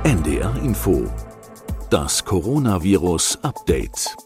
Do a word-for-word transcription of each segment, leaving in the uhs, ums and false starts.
N D R Info. Das Coronavirus-Update.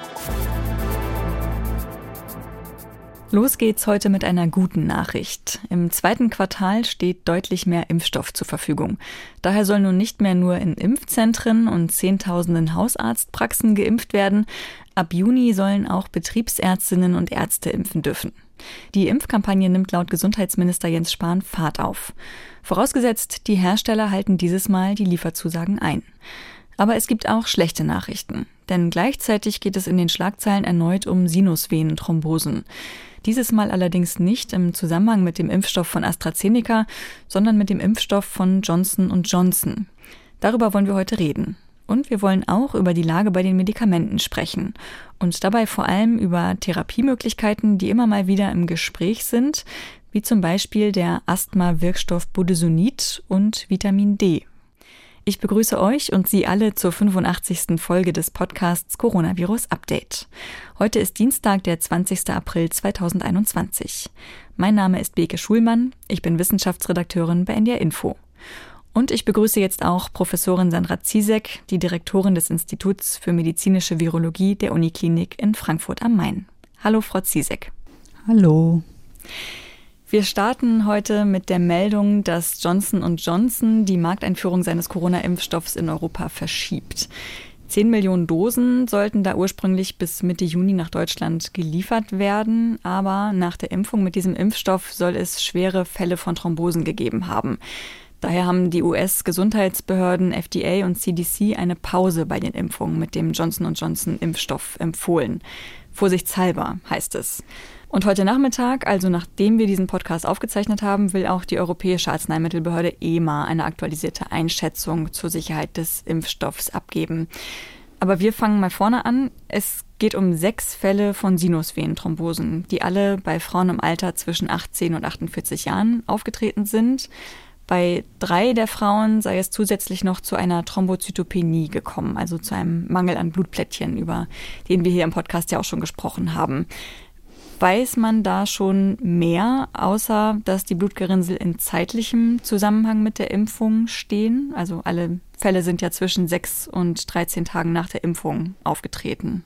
Los geht's heute mit einer guten Nachricht. Im zweiten Quartal steht deutlich mehr Impfstoff zur Verfügung. Daher soll nun nicht mehr nur in Impfzentren und Zehntausenden Hausarztpraxen geimpft werden. Ab Juni sollen auch Betriebsärztinnen und Ärzte impfen dürfen. Die Impfkampagne nimmt laut Gesundheitsminister Jens Spahn Fahrt auf. Vorausgesetzt, die Hersteller halten dieses Mal die Lieferzusagen ein. Aber es gibt auch schlechte Nachrichten, denn gleichzeitig geht es in den Schlagzeilen erneut um Sinusvenenthrombosen. Dieses Mal allerdings nicht im Zusammenhang mit dem Impfstoff von AstraZeneca, sondern mit dem Impfstoff von Johnson und Johnson. Darüber wollen wir heute reden. Und wir wollen auch über die Lage bei den Medikamenten sprechen und dabei vor allem über Therapiemöglichkeiten, die immer mal wieder im Gespräch sind, wie zum Beispiel der Asthma-Wirkstoff Budesonid und Vitamin D. Ich begrüße euch und Sie alle zur fünfundachtzigsten Folge des Podcasts Coronavirus Update. Heute ist Dienstag, der zwanzigsten April zweitausendeinundzwanzig. Mein Name ist Beke Schulmann, ich bin Wissenschaftsredakteurin bei N D R Info. Und ich begrüße jetzt auch Professorin Sandra Ziesek, die Direktorin des Instituts für medizinische Virologie der Uniklinik in Frankfurt am Main. Hallo, Frau Ziesek. Hallo. Wir starten heute mit der Meldung, dass Johnson und Johnson die Markteinführung seines Corona-Impfstoffs in Europa verschiebt. Zehn Millionen Dosen sollten da ursprünglich bis Mitte Juni nach Deutschland geliefert werden, aber nach der Impfung mit diesem Impfstoff soll es schwere Fälle von Thrombosen gegeben haben. Daher haben die U S-Gesundheitsbehörden F D A und C D C eine Pause bei den Impfungen mit dem Johnson und Johnson-Impfstoff empfohlen. Vorsichtshalber heißt es. Und heute Nachmittag, also nachdem wir diesen Podcast aufgezeichnet haben, will auch die Europäische Arzneimittelbehörde E M A eine aktualisierte Einschätzung zur Sicherheit des Impfstoffs abgeben. Aber wir fangen mal vorne an. Es geht um sechs Fälle von Sinusvenenthrombosen, die alle bei Frauen im Alter zwischen achtzehn und achtundvierzig Jahren aufgetreten sind. Bei drei der Frauen sei es zusätzlich noch zu einer Thrombozytopenie gekommen, also zu einem Mangel an Blutplättchen, über den wir hier im Podcast ja auch schon gesprochen haben. Weiß man da schon mehr, außer dass die Blutgerinnsel in zeitlichem Zusammenhang mit der Impfung stehen? Also alle Fälle sind ja zwischen sechs und dreizehn Tagen nach der Impfung aufgetreten.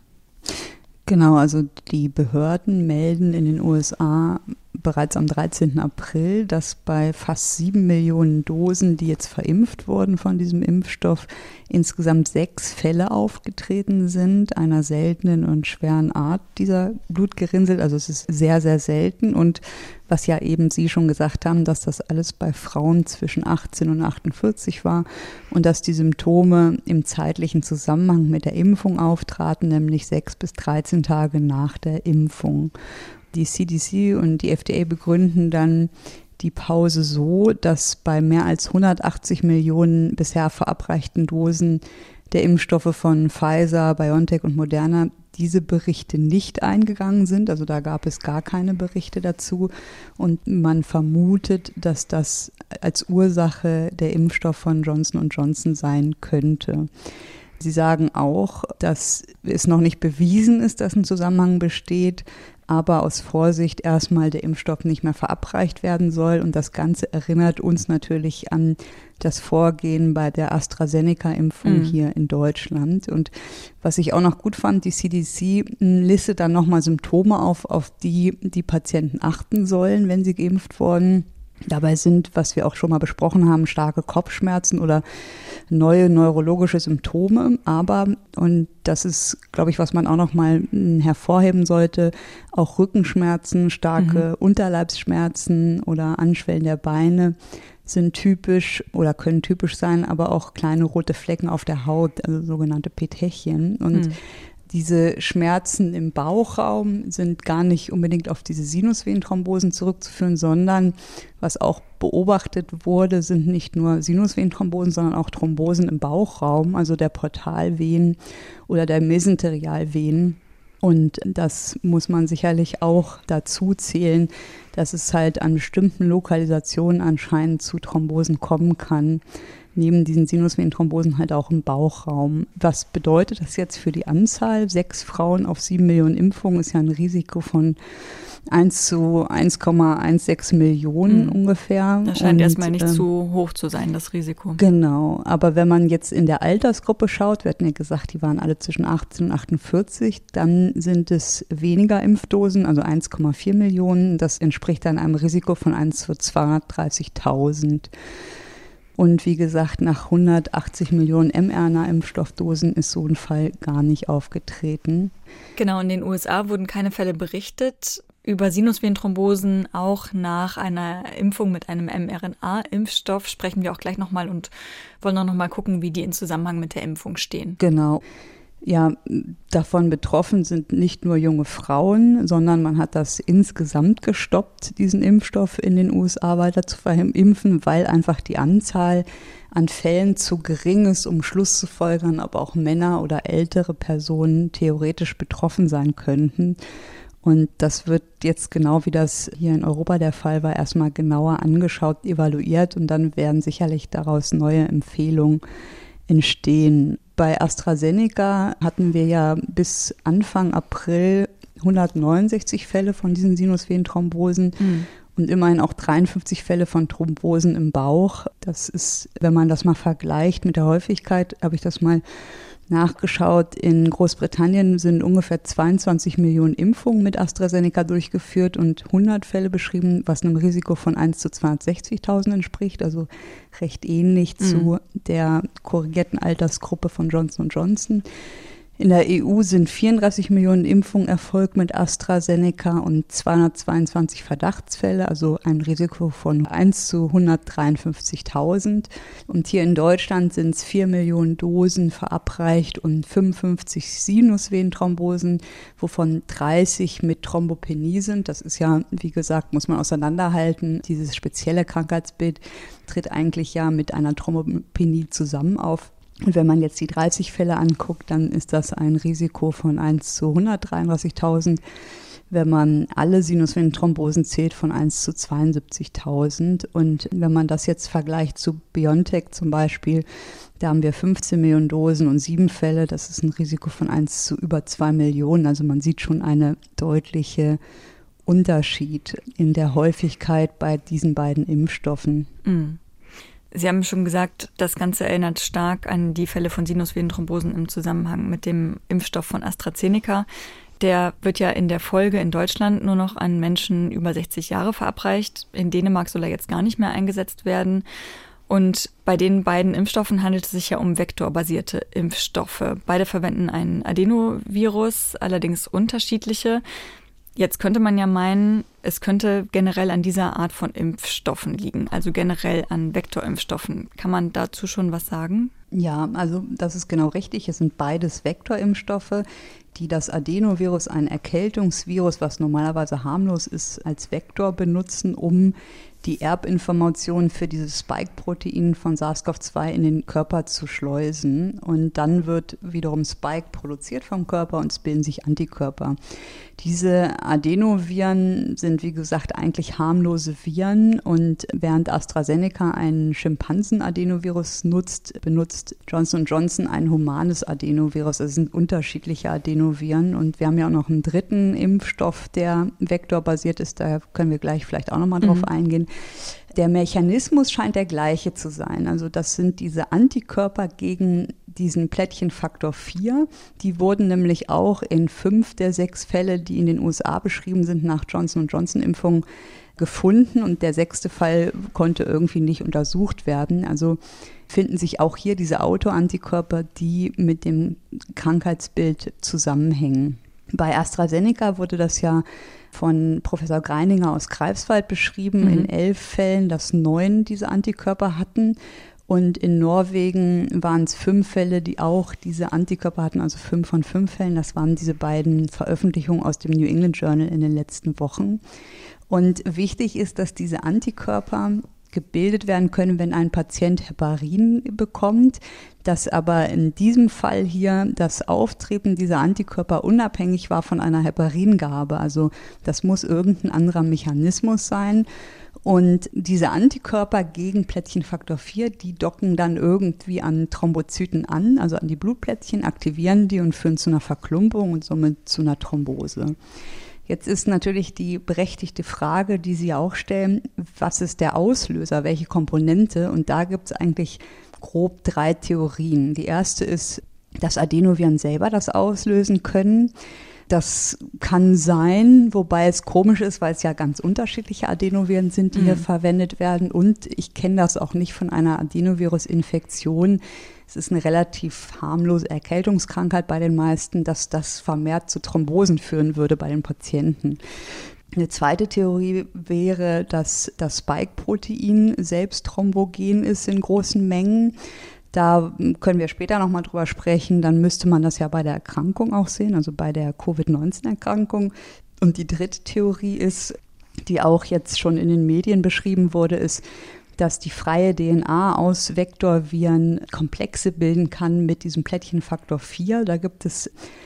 Genau, also die Behörden melden in den U S A bereits am dreizehnten April, dass bei fast sieben Millionen Dosen, die jetzt verimpft wurden von diesem Impfstoff, insgesamt sechs Fälle aufgetreten sind, einer seltenen und schweren Art dieser Blutgerinnsel. Also es ist sehr, sehr selten und was ja eben Sie schon gesagt haben, dass das alles bei Frauen zwischen achtzehn und achtundvierzig war und dass die Symptome im zeitlichen Zusammenhang mit der Impfung auftraten, nämlich sechs bis dreizehn Tage nach der Impfung. Die C D C und die F D A begründen dann die Pause so, dass bei mehr als hundertachtzig Millionen bisher verabreichten Dosen der Impfstoffe von Pfizer, BioNTech und Moderna diese Berichte nicht eingegangen sind. Also da gab es gar keine Berichte dazu. Und man vermutet, dass das als Ursache der Impfstoff von Johnson und Johnson sein könnte. Sie sagen auch, dass es noch nicht bewiesen ist, dass ein Zusammenhang besteht, aber aus Vorsicht erstmal der Impfstoff nicht mehr verabreicht werden soll. Und das Ganze erinnert uns natürlich an das Vorgehen bei der AstraZeneca-Impfung mhm. hier in Deutschland. Und was ich auch noch gut fand, die C D C listet dann nochmal Symptome auf, auf die die Patienten achten sollen, wenn sie geimpft wurden. Dabei sind, was wir auch schon mal besprochen haben, starke Kopfschmerzen oder neue neurologische Symptome. Aber, und das ist, glaube ich, was man auch noch mal hervorheben sollte, auch Rückenschmerzen, starke mhm. Unterleibsschmerzen oder Anschwellen der Beine sind typisch oder können typisch sein, aber auch kleine rote Flecken auf der Haut, also sogenannte Petechien. Und mhm. diese Schmerzen im Bauchraum sind gar nicht unbedingt auf diese Sinusvenenthrombosen zurückzuführen, sondern was auch beobachtet wurde, sind nicht nur Sinusvenenthrombosen, sondern auch Thrombosen im Bauchraum, also der Portalvenen oder der Mesenterialvenen. Und das muss man sicherlich auch dazu zählen, dass es halt an bestimmten Lokalisationen anscheinend zu Thrombosen kommen kann. neben diesen Sinusvenenthrombosen halt auch im Bauchraum. Was bedeutet das jetzt für die Anzahl? Sechs Frauen auf sieben Millionen Impfungen ist ja ein Risiko von eins zu eins Komma sechzehn Millionen mhm. ungefähr. Das scheint und, erstmal nicht äh, zu hoch zu sein, das Risiko. Genau, aber wenn man jetzt in der Altersgruppe schaut, wir hatten ja gesagt, die waren alle zwischen achtzehn und achtundvierzig, dann sind es weniger Impfdosen, also eins Komma vier Millionen. Das entspricht dann einem Risiko von eins zu zweihundertdreißigtausend. Und wie gesagt, nach hundertachtzig Millionen mRNA-Impfstoffdosen ist so ein Fall gar nicht aufgetreten. Genau, in den U S A wurden keine Fälle berichtet über Sinusvenenthrombosen. Auch nach einer Impfung mit einem mRNA-Impfstoff sprechen wir auch gleich nochmal und wollen auch nochmal gucken, wie die in Zusammenhang mit der Impfung stehen. Genau. Ja, davon betroffen sind nicht nur junge Frauen, sondern man hat das insgesamt gestoppt, diesen Impfstoff in den U S A weiter zu verimpfen, weil einfach die Anzahl an Fällen zu gering ist, um Schluss zu folgern, ob auch Männer oder ältere Personen theoretisch betroffen sein könnten. Und das wird jetzt genau wie das hier in Europa der Fall war, erstmal genauer angeschaut, evaluiert und dann werden sicherlich daraus neue Empfehlungen entstehen. Bei AstraZeneca hatten wir ja bis Anfang April hundertneunundsechzig Fälle von diesen Sinusvenenthrombosen mhm. und immerhin auch dreiundfünfzig Fälle von Thrombosen im Bauch. Das ist, wenn man das mal vergleicht mit der Häufigkeit, habe ich das mal nachgeschaut. In Großbritannien sind ungefähr zweiundzwanzig Millionen Impfungen mit AstraZeneca durchgeführt und hundert Fälle beschrieben, was einem Risiko von eins zu zweihundertsechzigtausend entspricht, also recht ähnlich mhm. zu der korrigierten Altersgruppe von Johnson und Johnson. In der E U sind vierunddreißig Millionen Impfungen erfolgt mit AstraZeneca und zweihundertzweiundzwanzig Verdachtsfälle, also ein Risiko von eins zu hundertdreiundfünfzigtausend. Und hier in Deutschland sind es vier Millionen Dosen verabreicht und fünfundfünfzig Sinusvenenthrombosen, wovon dreißig mit Thrombopenie sind. Das ist ja, wie gesagt, muss man auseinanderhalten. Dieses spezielle Krankheitsbild tritt eigentlich ja mit einer Thrombopenie zusammen auf. Und wenn man jetzt die dreißig Fälle anguckt, dann ist das ein Risiko von eins zu hundertdreiunddreißigtausend. Wenn man alle Sinusvenenthrombosen zählt, von eins zu zweiundsiebzigtausend. Und wenn man das jetzt vergleicht zu BioNTech zum Beispiel, da haben wir fünfzehn Millionen Dosen und sieben Fälle. Das ist ein Risiko von eins zu über zwei Millionen. Also man sieht schon eine deutliche Unterschied in der Häufigkeit bei diesen beiden Impfstoffen. Mhm. Sie haben schon gesagt, das Ganze erinnert stark an die Fälle von Sinusvenenthrombosen im Zusammenhang mit dem Impfstoff von AstraZeneca. Der wird ja in der Folge in Deutschland nur noch an Menschen über sechzig Jahre verabreicht. In Dänemark soll er jetzt gar nicht mehr eingesetzt werden. Und bei den beiden Impfstoffen handelt es sich ja um vektorbasierte Impfstoffe. Beide verwenden ein Adenovirus, allerdings unterschiedliche. Jetzt könnte man ja meinen, es könnte generell an dieser Art von Impfstoffen liegen, also generell an Vektorimpfstoffen. Kann man dazu schon was sagen? Ja, also das ist genau richtig. Es sind beides Vektorimpfstoffe, die das Adenovirus, ein Erkältungsvirus, was normalerweise harmlos ist, als Vektor benutzen, um die Erbinformationen für dieses Spike-Protein von SARS-C o V zwei in den Körper zu schleusen. Und dann wird wiederum Spike produziert vom Körper und es bilden sich Antikörper. Diese Adenoviren sind, wie gesagt, eigentlich harmlose Viren. Und während AstraZeneca einen Schimpansen-Adenovirus nutzt, benutzt Johnson und Johnson ein humanes Adenovirus. Es sind unterschiedliche Adenoviren. Und wir haben ja auch noch einen dritten Impfstoff, der vektorbasiert ist. Da können wir gleich vielleicht auch nochmal drauf mhm. eingehen. Der Mechanismus scheint der gleiche zu sein. Also das sind diese Antikörper gegen diesen Plättchenfaktor vier. Die wurden nämlich auch in fünf der sechs Fälle, die in den U S A beschrieben sind, nach Johnson und Johnson-Impfung gefunden. Und der sechste Fall konnte irgendwie nicht untersucht werden. Also finden sich auch hier diese Autoantikörper, die mit dem Krankheitsbild zusammenhängen. Bei AstraZeneca wurde das ja von Professor Greininger aus Greifswald beschrieben, mhm. in elf Fällen, dass neun diese Antikörper hatten. Und in Norwegen waren es fünf Fälle, die auch diese Antikörper hatten, also fünf von fünf Fällen. Das waren diese beiden Veröffentlichungen aus dem New England Journal in den letzten Wochen. Und wichtig ist, dass diese Antikörper gebildet werden können, wenn ein Patient Heparin bekommt, dass aber in diesem Fall hier das Auftreten dieser Antikörper unabhängig war von einer Heparingabe. Also das muss irgendein anderer Mechanismus sein. Und diese Antikörper gegen Plättchenfaktor vier, die docken dann irgendwie an Thrombozyten an, also an die Blutplättchen, aktivieren die und führen zu einer Verklumpung und somit zu einer Thrombose. Jetzt ist natürlich die berechtigte Frage, die Sie auch stellen, was ist der Auslöser, welche Komponente? Und da gibt es eigentlich grob drei Theorien. Die erste ist, dass Adenoviren selber das auslösen können. Das kann sein, wobei es komisch ist, weil es ja ganz unterschiedliche Adenoviren sind, die mhm. hier verwendet werden. Und ich kenne das auch nicht von einer Adenovirus-Infektion. Es ist eine relativ harmlose Erkältungskrankheit bei den meisten, dass das vermehrt zu Thrombosen führen würde bei den Patienten. Eine zweite Theorie wäre, dass das Spike-Protein selbst thrombogen ist in großen Mengen. Da können wir später nochmal drüber sprechen. Dann müsste man das ja bei der Erkrankung auch sehen, also bei der Covid neunzehn Erkrankung. Und die dritte Theorie ist, die auch jetzt schon in den Medien beschrieben wurde, ist, dass die freie D N A aus Vektorviren Komplexe bilden kann mit diesem Plättchenfaktor vier. Da gibt es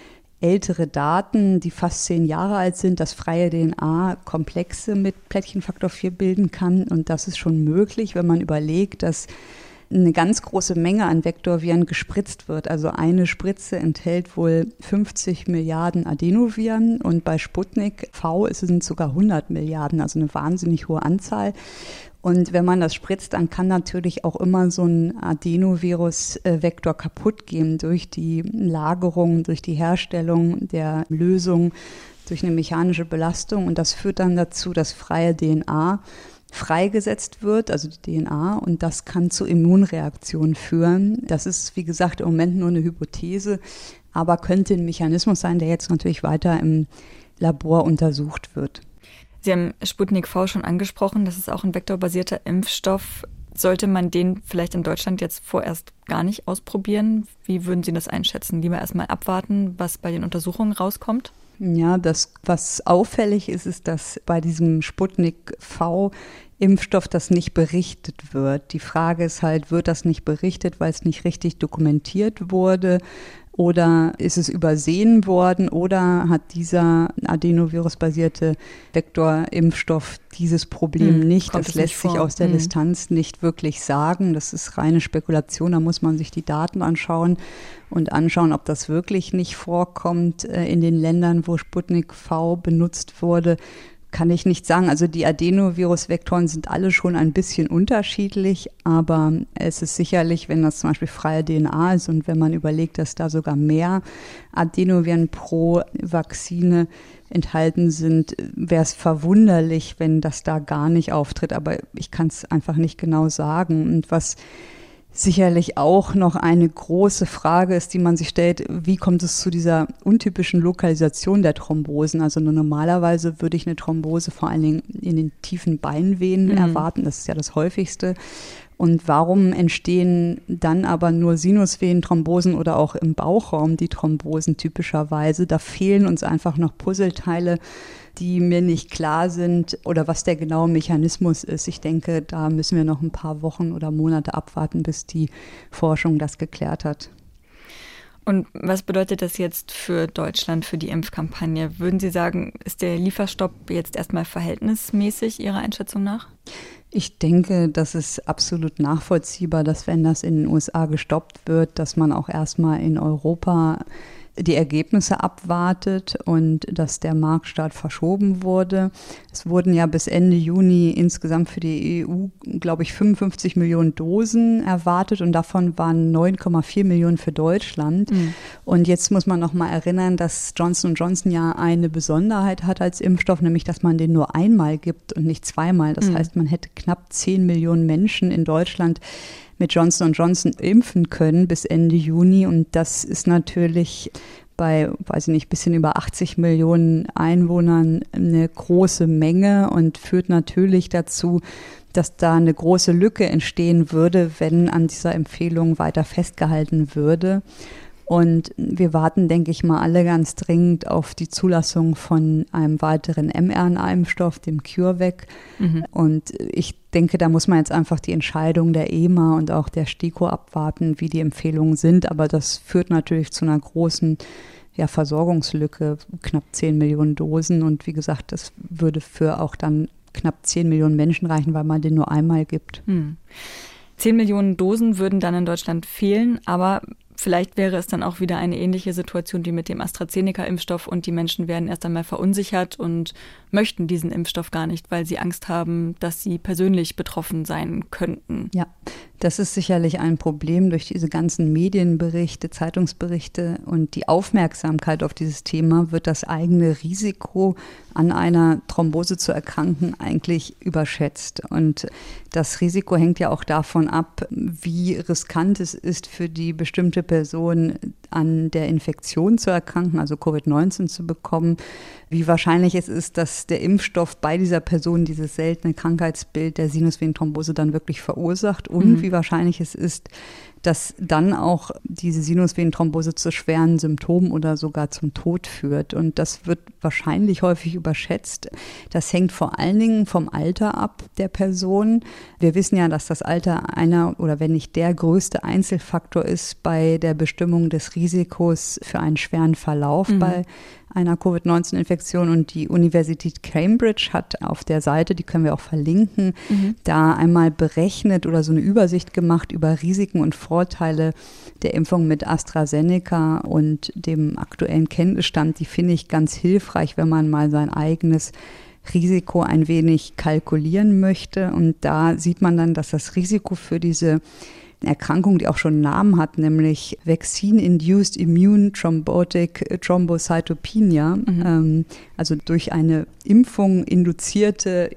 ältere Daten, die fast zehn Jahre alt sind, dass freie D N A Komplexe mit Plättchenfaktor vier bilden kann. Und das ist schon möglich, wenn man überlegt, dass eine ganz große Menge an Vektorviren gespritzt wird. Also eine Spritze enthält wohl fünfzig Milliarden Adenoviren und bei Sputnik V sind es sogar hundert Milliarden, also eine wahnsinnig hohe Anzahl. Und wenn man das spritzt, dann kann natürlich auch immer so ein Adenovirus-Vektor kaputt gehen durch die Lagerung, durch die Herstellung der Lösung, durch eine mechanische Belastung. Und das führt dann dazu, dass freie D N A freigesetzt wird, also die D N A, und das kann zu Immunreaktionen führen. Das ist, wie gesagt, im Moment nur eine Hypothese, aber könnte ein Mechanismus sein, der jetzt natürlich weiter im Labor untersucht wird. Sie haben Sputnik V schon angesprochen, das ist auch ein vektorbasierter Impfstoff. Sollte man den vielleicht in Deutschland jetzt vorerst gar nicht ausprobieren? Wie würden Sie das einschätzen? Lieber erstmal abwarten, was bei den Untersuchungen rauskommt? Ja, das, was auffällig ist, ist, dass bei diesem Sputnik V-Impfstoff das nicht berichtet wird. Die Frage ist halt, wird das nicht berichtet, weil es nicht richtig dokumentiert wurde? Oder ist es übersehen worden oder hat dieser Adenovirus-basierte Vektorimpfstoff dieses Problem hm, nicht? Das lässt sich aus der hm. Distanz nicht wirklich sagen. Das ist reine Spekulation. Da muss man sich die Daten anschauen und anschauen, ob das wirklich nicht vorkommt in den Ländern, wo Sputnik V benutzt wurde. Kann ich nicht sagen. Also die Adenovirus-Vektoren sind alle schon ein bisschen unterschiedlich, aber es ist sicherlich, wenn das zum Beispiel freie D N A ist und wenn man überlegt, dass da sogar mehr Adenoviren pro Vakzine enthalten sind, wäre es verwunderlich, wenn das da gar nicht auftritt. Aber ich kann es einfach nicht genau sagen. Und was sicherlich auch noch eine große Frage ist, die man sich stellt, wie kommt es zu dieser untypischen Lokalisation der Thrombosen? Also nur normalerweise würde ich eine Thrombose vor allen Dingen in den tiefen Beinvenen mhm. erwarten, das ist ja das häufigste. Und warum entstehen dann aber nur Sinusvenenthrombosen oder auch im Bauchraum die Thrombosen typischerweise? Da fehlen uns einfach noch Puzzleteile, die mir nicht klar sind oder was der genaue Mechanismus ist. Ich denke, da müssen wir noch ein paar Wochen oder Monate abwarten, bis die Forschung das geklärt hat. Und was bedeutet das jetzt für Deutschland, für die Impfkampagne? Würden Sie sagen, ist der Lieferstopp jetzt erstmal verhältnismäßig Ihrer Einschätzung nach? Ich denke, das ist absolut nachvollziehbar, dass wenn das in den U S A gestoppt wird, dass man auch erstmal in Europa die Ergebnisse abwartet und dass der Marktstart verschoben wurde. Es wurden ja bis Ende Juni insgesamt für die E U, glaube ich, fünfundfünfzig Millionen Dosen erwartet und davon waren neun Komma vier Millionen für Deutschland. Mhm. Und jetzt muss man noch mal erinnern, dass Johnson und Johnson ja eine Besonderheit hat als Impfstoff, nämlich dass man den nur einmal gibt und nicht zweimal. Das mhm. heißt, man hätte knapp zehn Millionen Menschen in Deutschland mit Johnson und Johnson impfen können bis Ende Juni. Und das ist natürlich bei, weiß ich nicht, bisschen über achtzig Millionen Einwohnern eine große Menge und führt natürlich dazu, dass da eine große Lücke entstehen würde, wenn an dieser Empfehlung weiter festgehalten würde. Und wir warten, denke ich mal, alle ganz dringend auf die Zulassung von einem weiteren mRNA-Impfstoff, dem CureVac. Mhm. Und ich denke, da muss man jetzt einfach die Entscheidung der E M A und auch der STIKO abwarten, wie die Empfehlungen sind. Aber das führt natürlich zu einer großen ja, Versorgungslücke, knapp zehn Millionen Dosen. Und wie gesagt, das würde für auch dann knapp zehn Millionen Menschen reichen, weil man den nur einmal gibt. Hm. zehn Millionen Dosen würden dann in Deutschland fehlen, aber vielleicht wäre es dann auch wieder eine ähnliche Situation wie mit dem AstraZeneca-Impfstoff und die Menschen werden erst einmal verunsichert und möchten diesen Impfstoff gar nicht, weil sie Angst haben, dass sie persönlich betroffen sein könnten. Ja, das ist sicherlich ein Problem durch diese ganzen Medienberichte, Zeitungsberichte und die Aufmerksamkeit auf dieses Thema wird das eigene Risiko, an einer Thrombose zu erkranken, eigentlich überschätzt. Und das Risiko hängt ja auch davon ab, wie riskant es ist für die bestimmte Person, an der Infektion zu erkranken, also Covid neunzehn zu bekommen, wie wahrscheinlich es ist, dass der Impfstoff bei dieser Person dieses seltene Krankheitsbild der Sinusvenenthrombose dann wirklich verursacht und mhm. wie wahrscheinlich es ist, dass dann auch diese Sinusvenenthrombose zu schweren Symptomen oder sogar zum Tod führt. Und das wird wahrscheinlich häufig überschätzt. Das hängt vor allen Dingen vom Alter ab der Person. Wir wissen ja, dass das Alter einer oder wenn nicht der größte Einzelfaktor ist bei der Bestimmung des Risikos für einen schweren Verlauf mhm. bei einer Covid neunzehn Infektion und die Universität Cambridge hat auf der Seite, die können wir auch verlinken, mhm. da einmal berechnet oder so eine Übersicht gemacht über Risiken und Vorteile der Impfung mit AstraZeneca und dem aktuellen Kenntnisstand. Die finde ich ganz hilfreich, wenn man mal sein eigenes Risiko ein wenig kalkulieren möchte. Und da sieht man dann, dass das Risiko für diese Erkrankung, die auch schon einen Namen hat, nämlich Vaccine-Induced Immune Thrombotic Thrombocytopenia, mhm. ähm, also durch eine Impfung induzierte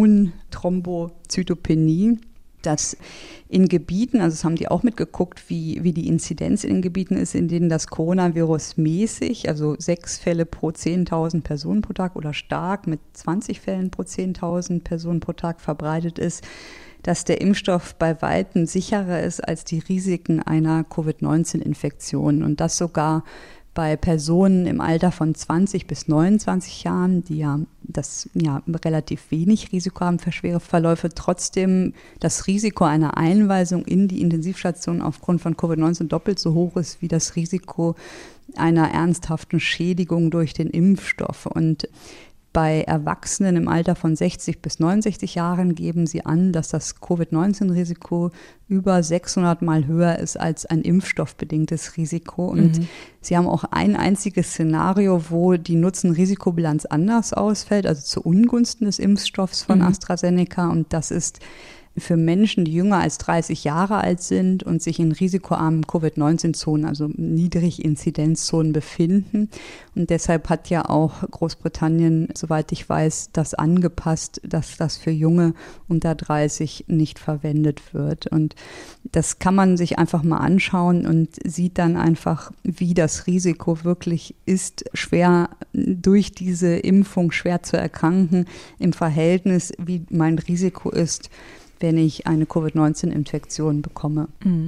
Immunthrombozytopenie, dass in Gebieten, also das haben die auch mitgeguckt, wie, wie die Inzidenz in den Gebieten ist, in denen das Coronavirus mäßig, also sechs Fälle pro zehntausend Personen pro Tag oder stark mit zwanzig Fällen pro zehntausend Personen pro Tag verbreitet ist, dass der Impfstoff bei weitem sicherer ist als die Risiken einer Covid neunzehn Infektion und das sogar bei Personen im Alter von zwanzig bis neunundzwanzig Jahren, die ja das ja relativ wenig Risiko haben für schwere Verläufe, trotzdem das Risiko einer Einweisung in die Intensivstation aufgrund von Covid neunzehn doppelt so hoch ist wie das Risiko einer ernsthaften Schädigung durch den Impfstoff. Und bei Erwachsenen im Alter von sechzig bis neunundsechzig Jahren geben sie an, dass das Covid neunzehn Risiko über sechshundert Mal höher ist als ein impfstoffbedingtes Risiko. Und mhm. sie haben auch ein einziges Szenario, wo die Nutzen-Risikobilanz anders ausfällt, also zu Ungunsten des Impfstoffs von mhm. AstraZeneca. Und das ist für Menschen, die jünger als dreißig Jahre alt sind und sich in risikoarmen Covid neunzehn Zonen, also Niedriginzidenzzonen befinden. Und deshalb hat ja auch Großbritannien, soweit ich weiß, das angepasst, dass das für Junge unter dreißig nicht verwendet wird. Und das kann man sich einfach mal anschauen und sieht dann einfach, wie das Risiko wirklich ist, schwer durch diese Impfung schwer zu erkranken im Verhältnis, wie mein Risiko ist, wenn ich eine Covid neunzehn Infektion bekomme.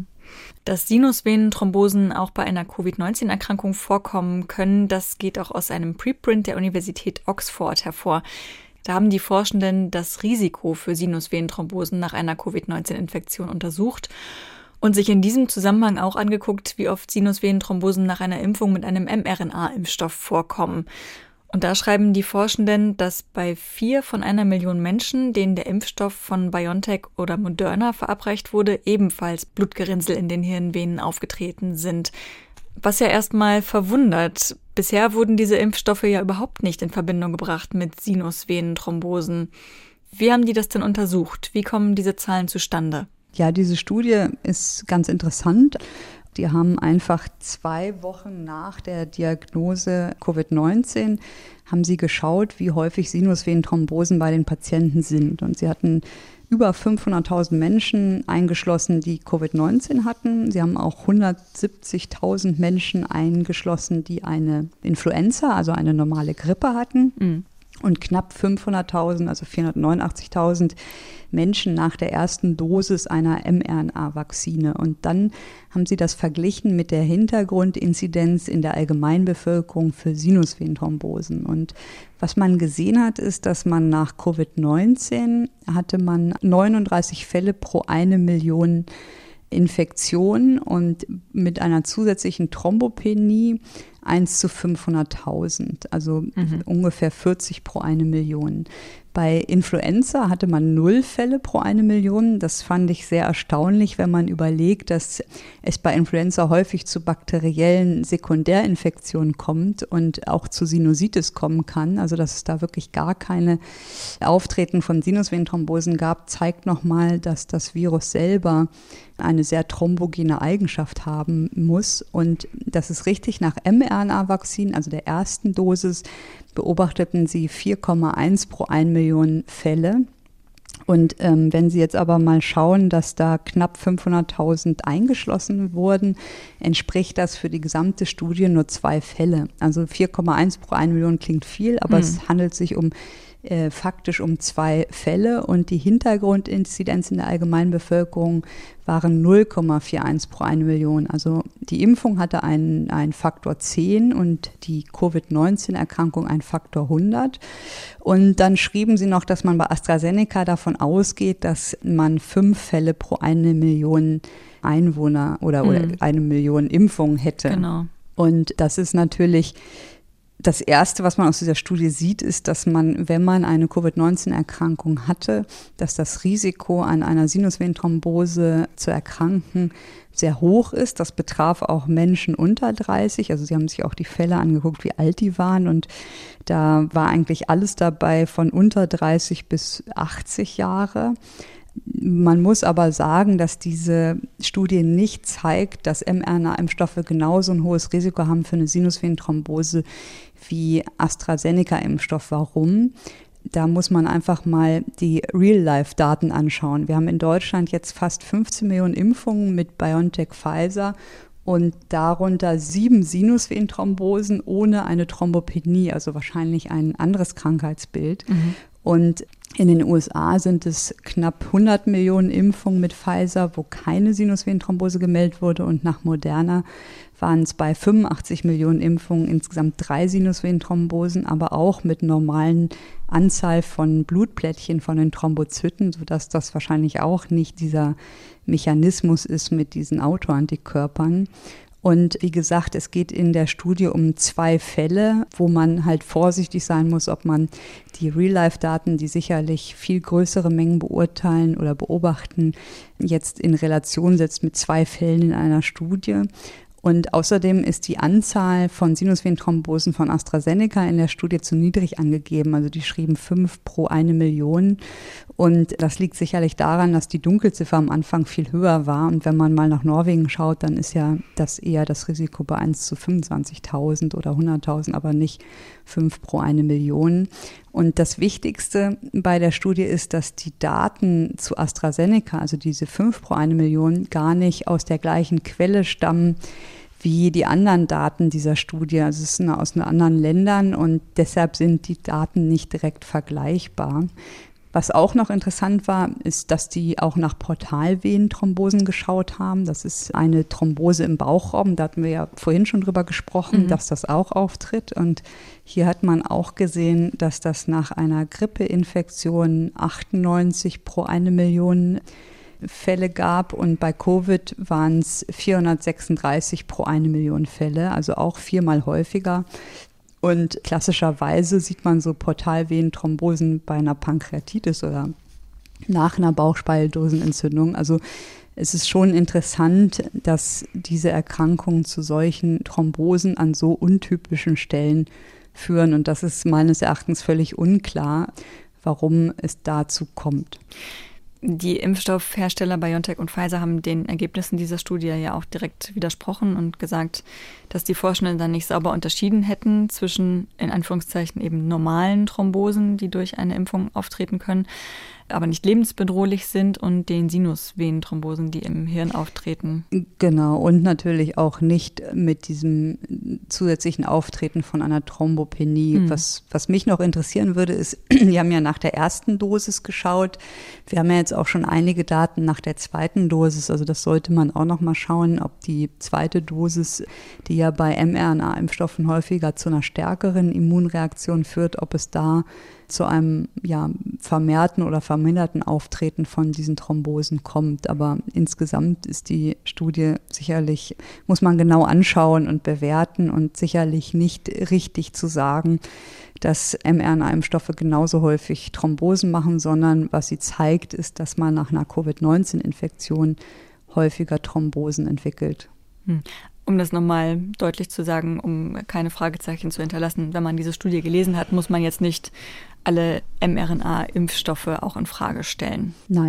Dass Sinusvenenthrombosen auch bei einer Covid neunzehn Erkrankung vorkommen können, das geht auch aus einem Preprint der Universität Oxford hervor. Da haben die Forschenden das Risiko für Sinusvenenthrombosen nach einer Covid neunzehn Infektion untersucht und sich in diesem Zusammenhang auch angeguckt, wie oft Sinusvenenthrombosen nach einer Impfung mit einem mRNA-Impfstoff vorkommen. Und da schreiben die Forschenden, dass bei vier von einer Million Menschen, denen der Impfstoff von BioNTech oder Moderna verabreicht wurde, ebenfalls Blutgerinnsel in den Hirnvenen aufgetreten sind. Was ja erstmal verwundert. Bisher wurden diese Impfstoffe ja überhaupt nicht in Verbindung gebracht mit Sinusvenenthrombosen. Wie haben die das denn untersucht? Wie kommen diese Zahlen zustande? Ja, diese Studie ist ganz interessant. Die haben einfach zwei Wochen nach der Diagnose Covid neunzehn haben sie geschaut, wie häufig Sinusvenenthrombosen bei den Patienten sind. Und sie hatten über fünfhunderttausend Menschen eingeschlossen, die Covid neunzehn hatten. Sie haben auch hundertsiebzigtausend Menschen eingeschlossen, die eine Influenza, also eine normale Grippe hatten. Mhm. Und knapp fünfhunderttausend, also vierhundertneunundachtzigtausend Menschen nach der ersten Dosis einer mRNA-Vakzine. Und dann haben sie das verglichen mit der Hintergrundinzidenz in der Allgemeinbevölkerung für Sinusvenenthrombosen. Und was man gesehen hat, ist, dass man nach Covid neunzehn hatte man neununddreißig Fälle pro eine Million Infektionen und mit einer zusätzlichen Thrombopenie eins zu fünfhunderttausend, also mhm. ungefähr vierzig pro eine Million. Bei Influenza hatte man null Fälle pro eine Million. Das fand ich sehr erstaunlich, wenn man überlegt, dass es bei Influenza häufig zu bakteriellen Sekundärinfektionen kommt und auch zu Sinusitis kommen kann. Also dass es da wirklich gar keine Auftreten von Sinusvenenthrombosen gab, zeigt nochmal, dass das Virus selber eine sehr thrombogene Eigenschaft haben muss. Und das ist richtig, nach mRNA-Vakzin, also der ersten Dosis, beobachteten sie vier Komma eins pro eine Million Fälle. Und ähm, wenn Sie jetzt aber mal schauen, dass da knapp fünfhunderttausend eingeschlossen wurden, entspricht das für die gesamte Studie nur zwei Fälle. Also vier Komma eins pro eine Million klingt viel, aber mhm. es handelt sich um äh, faktisch um zwei Fälle. Und die Hintergrundinzidenz in der Allgemeinbevölkerung waren null Komma einundvierzig pro eine Million. Also die Impfung hatte einen, einen Faktor zehn und die Covid neunzehn Erkrankung einen Faktor hundert. Und dann schrieben sie noch, dass man bei AstraZeneca davon ausgeht, dass man fünf Fälle pro eine Million Einwohner oder, mhm. oder eine Million Impfungen hätte. Genau. Und das ist natürlich das Erste, was man aus dieser Studie sieht, ist, dass man, wenn man eine Covid neunzehn Erkrankung hatte, dass das Risiko, an einer Sinusvenenthrombose zu erkranken, sehr hoch ist. Das betraf auch Menschen unter dreißig. Also sie haben sich auch die Fälle angeguckt, wie alt die waren. Und da war eigentlich alles dabei von unter dreißig bis achtzig Jahre. Man muss aber sagen, dass diese Studie nicht zeigt, dass mRNA-Impfstoffe genauso ein hohes Risiko haben für eine Sinusvenenthrombose wie AstraZeneca-Impfstoff. Warum? Da muss man einfach mal die Real-Life-Daten anschauen. Wir haben in Deutschland jetzt fast fünfzehn Millionen Impfungen mit BioNTech Pfizer und darunter sieben Sinusvenenthrombosen ohne eine Thrombopenie, also wahrscheinlich ein anderes Krankheitsbild. Mhm. Und in den U S A sind es knapp hundert Millionen Impfungen mit Pfizer, wo keine Sinusvenenthrombose gemeldet wurde. Und nach Moderna waren es bei fünfundachtzig Millionen Impfungen insgesamt drei Sinusvenenthrombosen, aber auch mit normalen Anzahl von Blutplättchen von den Thrombozyten, sodass das wahrscheinlich auch nicht dieser Mechanismus ist mit diesen Autoantikörpern. Und wie gesagt, es geht in der Studie um zwei Fälle, wo man halt vorsichtig sein muss, ob man die Real-Life-Daten, die sicherlich viel größere Mengen beurteilen oder beobachten, jetzt in Relation setzt mit zwei Fällen in einer Studie. Und außerdem ist die Anzahl von Sinusvenenthrombosen von AstraZeneca in der Studie zu niedrig angegeben. Also die schrieben fünf pro eine Million. Und das liegt sicherlich daran, dass die Dunkelziffer am Anfang viel höher war. Und wenn man mal nach Norwegen schaut, dann ist ja das eher das Risiko bei eins zu fünfundzwanzigtausend oder hunderttausend, aber nicht fünf pro eine Million. Und das Wichtigste bei der Studie ist, dass die Daten zu AstraZeneca, also diese fünf pro eine Million, gar nicht aus der gleichen Quelle stammen wie die anderen Daten dieser Studie. Also es sind aus anderen Ländern und deshalb sind die Daten nicht direkt vergleichbar. Was auch noch interessant war, ist, dass die auch nach Portalvenenthrombosen geschaut haben. Das ist eine Thrombose im Bauchraum. Da hatten wir ja vorhin schon drüber gesprochen, mhm. dass das auch auftritt. Und hier hat man auch gesehen, dass das nach einer Grippeinfektion achtundneunzig pro eine Million Fälle gab. Und bei Covid waren es vierhundertsechsunddreißig pro eine Million Fälle, also auch viermal häufiger. Und klassischerweise sieht man so Portalvenenthrombosen bei einer Pankreatitis oder nach einer Bauchspeicheldrüsenentzündung. Also es ist schon interessant, dass diese Erkrankungen zu solchen Thrombosen an so untypischen Stellen führen. Und das ist meines Erachtens völlig unklar, warum es dazu kommt. Die Impfstoffhersteller BioNTech und Pfizer haben den Ergebnissen dieser Studie ja auch direkt widersprochen und gesagt, dass die Forschenden dann nicht sauber unterschieden hätten zwischen, in Anführungszeichen, eben normalen Thrombosen, die durch eine Impfung auftreten können, aber nicht lebensbedrohlich sind, und den Sinusvenenthrombosen, die im Hirn auftreten. Genau, und natürlich auch nicht mit diesem zusätzlichen Auftreten von einer Thrombopenie. Mhm. Was, was mich noch interessieren würde, ist, wir haben ja nach der ersten Dosis geschaut. Wir haben ja jetzt auch schon einige Daten nach der zweiten Dosis. Also das sollte man auch noch mal schauen, ob die zweite Dosis, die ja bei mRNA-Impfstoffen häufiger zu einer stärkeren Immunreaktion führt, ob es da zu einem ja, vermehrten oder verminderten Auftreten von diesen Thrombosen kommt. Aber insgesamt ist die Studie sicherlich, muss man genau anschauen und bewerten und sicherlich nicht richtig zu sagen, dass mRNA-Impfstoffe genauso häufig Thrombosen machen, sondern was sie zeigt, ist, dass man nach einer Covid neunzehn Infektion häufiger Thrombosen entwickelt. Hm. Um das nochmal deutlich zu sagen, um keine Fragezeichen zu hinterlassen, wenn man diese Studie gelesen hat, muss man jetzt nicht alle mRNA-Impfstoffe auch in Frage stellen. Nein.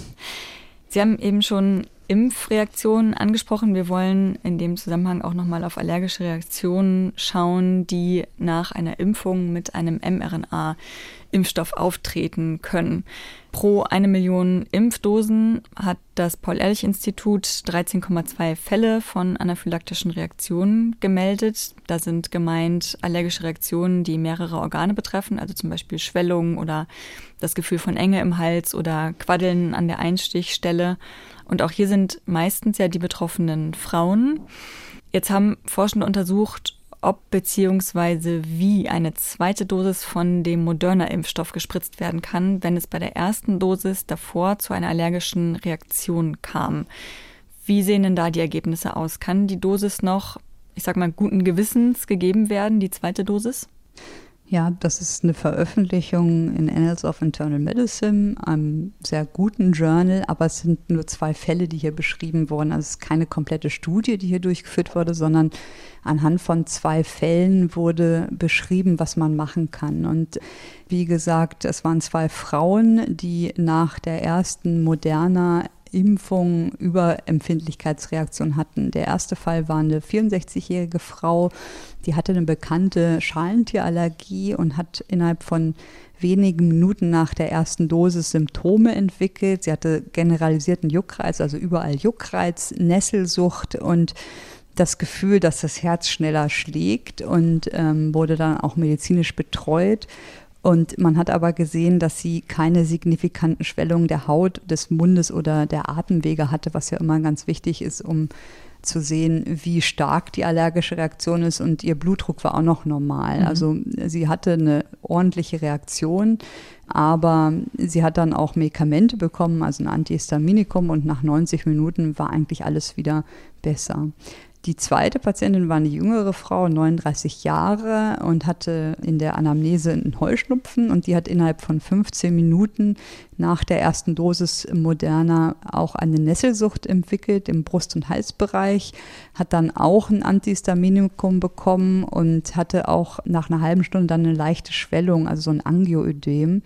Sie haben eben schon Impfreaktionen angesprochen. Wir wollen in dem Zusammenhang auch nochmal auf allergische Reaktionen schauen, die nach einer Impfung mit einem mRNA-Impfstoff auftreten können. Pro eine Million Impfdosen hat das Paul-Ehrlich-Institut dreizehn Komma zwei Fälle von anaphylaktischen Reaktionen gemeldet. Da sind gemeint allergische Reaktionen, die mehrere Organe betreffen, also zum Beispiel Schwellung oder das Gefühl von Enge im Hals oder Quaddeln an der Einstichstelle. Und auch hier sind meistens ja die betroffenen Frauen. Jetzt haben Forschende untersucht, ob bzw. wie eine zweite Dosis von dem Moderna-Impfstoff gespritzt werden kann, wenn es bei der ersten Dosis davor zu einer allergischen Reaktion kam. Wie sehen denn da die Ergebnisse aus? Kann die Dosis noch, ich sag mal, guten Gewissens gegeben werden, die zweite Dosis? Ja, das ist eine Veröffentlichung in Annals of Internal Medicine, einem sehr guten Journal, aber es sind nur zwei Fälle, die hier beschrieben wurden. Also es ist keine komplette Studie, die hier durchgeführt wurde, sondern anhand von zwei Fällen wurde beschrieben, was man machen kann. Und wie gesagt, es waren zwei Frauen, die nach der ersten Moderna Impfung Überempfindlichkeitsreaktion hatten. Der erste Fall war eine vierundsechzigjährige Frau, die hatte eine bekannte Schalentierallergie und hat innerhalb von wenigen Minuten nach der ersten Dosis Symptome entwickelt. Sie hatte generalisierten Juckreiz, also überall Juckreiz, Nesselsucht und das Gefühl, dass das Herz schneller schlägt und ähm, wurde dann auch medizinisch betreut. Und man hat aber gesehen, dass sie keine signifikanten Schwellungen der Haut, des Mundes oder der Atemwege hatte, was ja immer ganz wichtig ist, um zu sehen, wie stark die allergische Reaktion ist. Und ihr Blutdruck war auch noch normal. Mhm. Also sie hatte eine ordentliche Reaktion, aber sie hat dann auch Medikamente bekommen, also ein Antihistaminikum, und nach neunzig Minuten war eigentlich alles wieder besser. Die zweite Patientin war eine jüngere Frau, neununddreißig Jahre, und hatte in der Anamnese einen Heuschnupfen, und die hat innerhalb von fünfzehn Minuten nach der ersten Dosis Moderna auch eine Nesselsucht entwickelt im Brust- und Halsbereich, hat dann auch ein Antihistaminikum bekommen und hatte auch nach einer halben Stunde dann eine leichte Schwellung, also so ein Angioödem.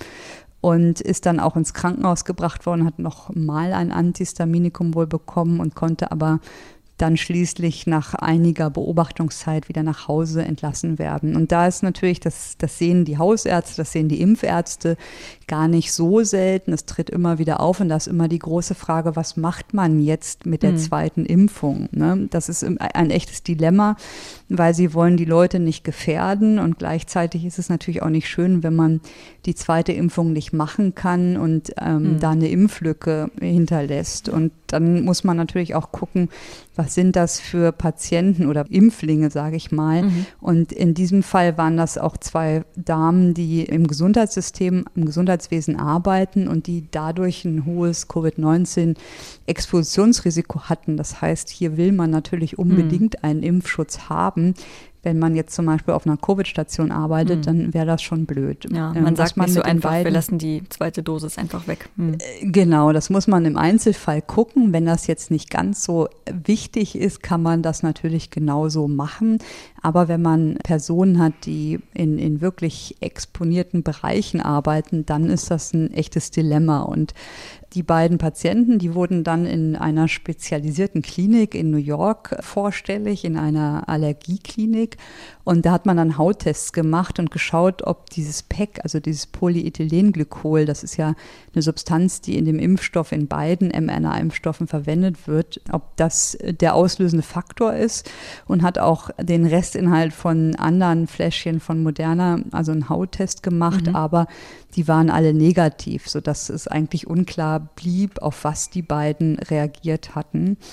Und ist dann auch ins Krankenhaus gebracht worden, hat noch mal ein Antihistaminikum wohl bekommen und konnte aber dann schließlich nach einiger Beobachtungszeit wieder nach Hause entlassen werden. Und da ist natürlich, das, das sehen die Hausärzte, das sehen die Impfärzte gar nicht so selten. Es tritt immer wieder auf, und da ist immer die große Frage, was macht man jetzt mit der mhm. zweiten Impfung? Ne? Das ist ein echtes Dilemma, weil sie wollen die Leute nicht gefährden, und gleichzeitig ist es natürlich auch nicht schön, wenn man die zweite Impfung nicht machen kann und ähm, mhm. da eine Impflücke hinterlässt. Und dann muss man natürlich auch gucken, was sind das für Patienten oder Impflinge, sage ich mal. Mhm. Und in diesem Fall waren das auch zwei Damen, die im Gesundheitssystem, im Gesundheitswesen arbeiten und die dadurch ein hohes Covid neunzehn Expositionsrisiko hatten. Das heißt, hier will man natürlich unbedingt mhm. einen Impfschutz haben. Wenn man jetzt zum Beispiel auf einer Covid-Station arbeitet, mhm. dann wäre das schon blöd. Ja, man ähm, sagt man nicht so einfach, beiden, wir lassen die zweite Dosis einfach weg. Mhm. Genau, das muss man im Einzelfall gucken. Wenn das jetzt nicht ganz so wichtig ist, kann man das natürlich genauso machen. Aber wenn man Personen hat, die in, in wirklich exponierten Bereichen arbeiten, dann ist das ein echtes Dilemma. Und die beiden Patienten, die wurden dann in einer spezialisierten Klinik in New York vorstellig, in einer Allergieklinik. Und da hat man dann Hauttests gemacht und geschaut, ob dieses P E C, also dieses Polyethylenglykol, das ist ja eine Substanz, die in dem Impfstoff, in beiden mRNA-Impfstoffen verwendet wird, ob das der auslösende Faktor ist, und hat auch den Restinhalt von anderen Fläschchen von Moderna, also einen Hauttest gemacht, mhm. aber die waren alle negativ, sodass es eigentlich unklar blieb, auf was die beiden reagiert hatten.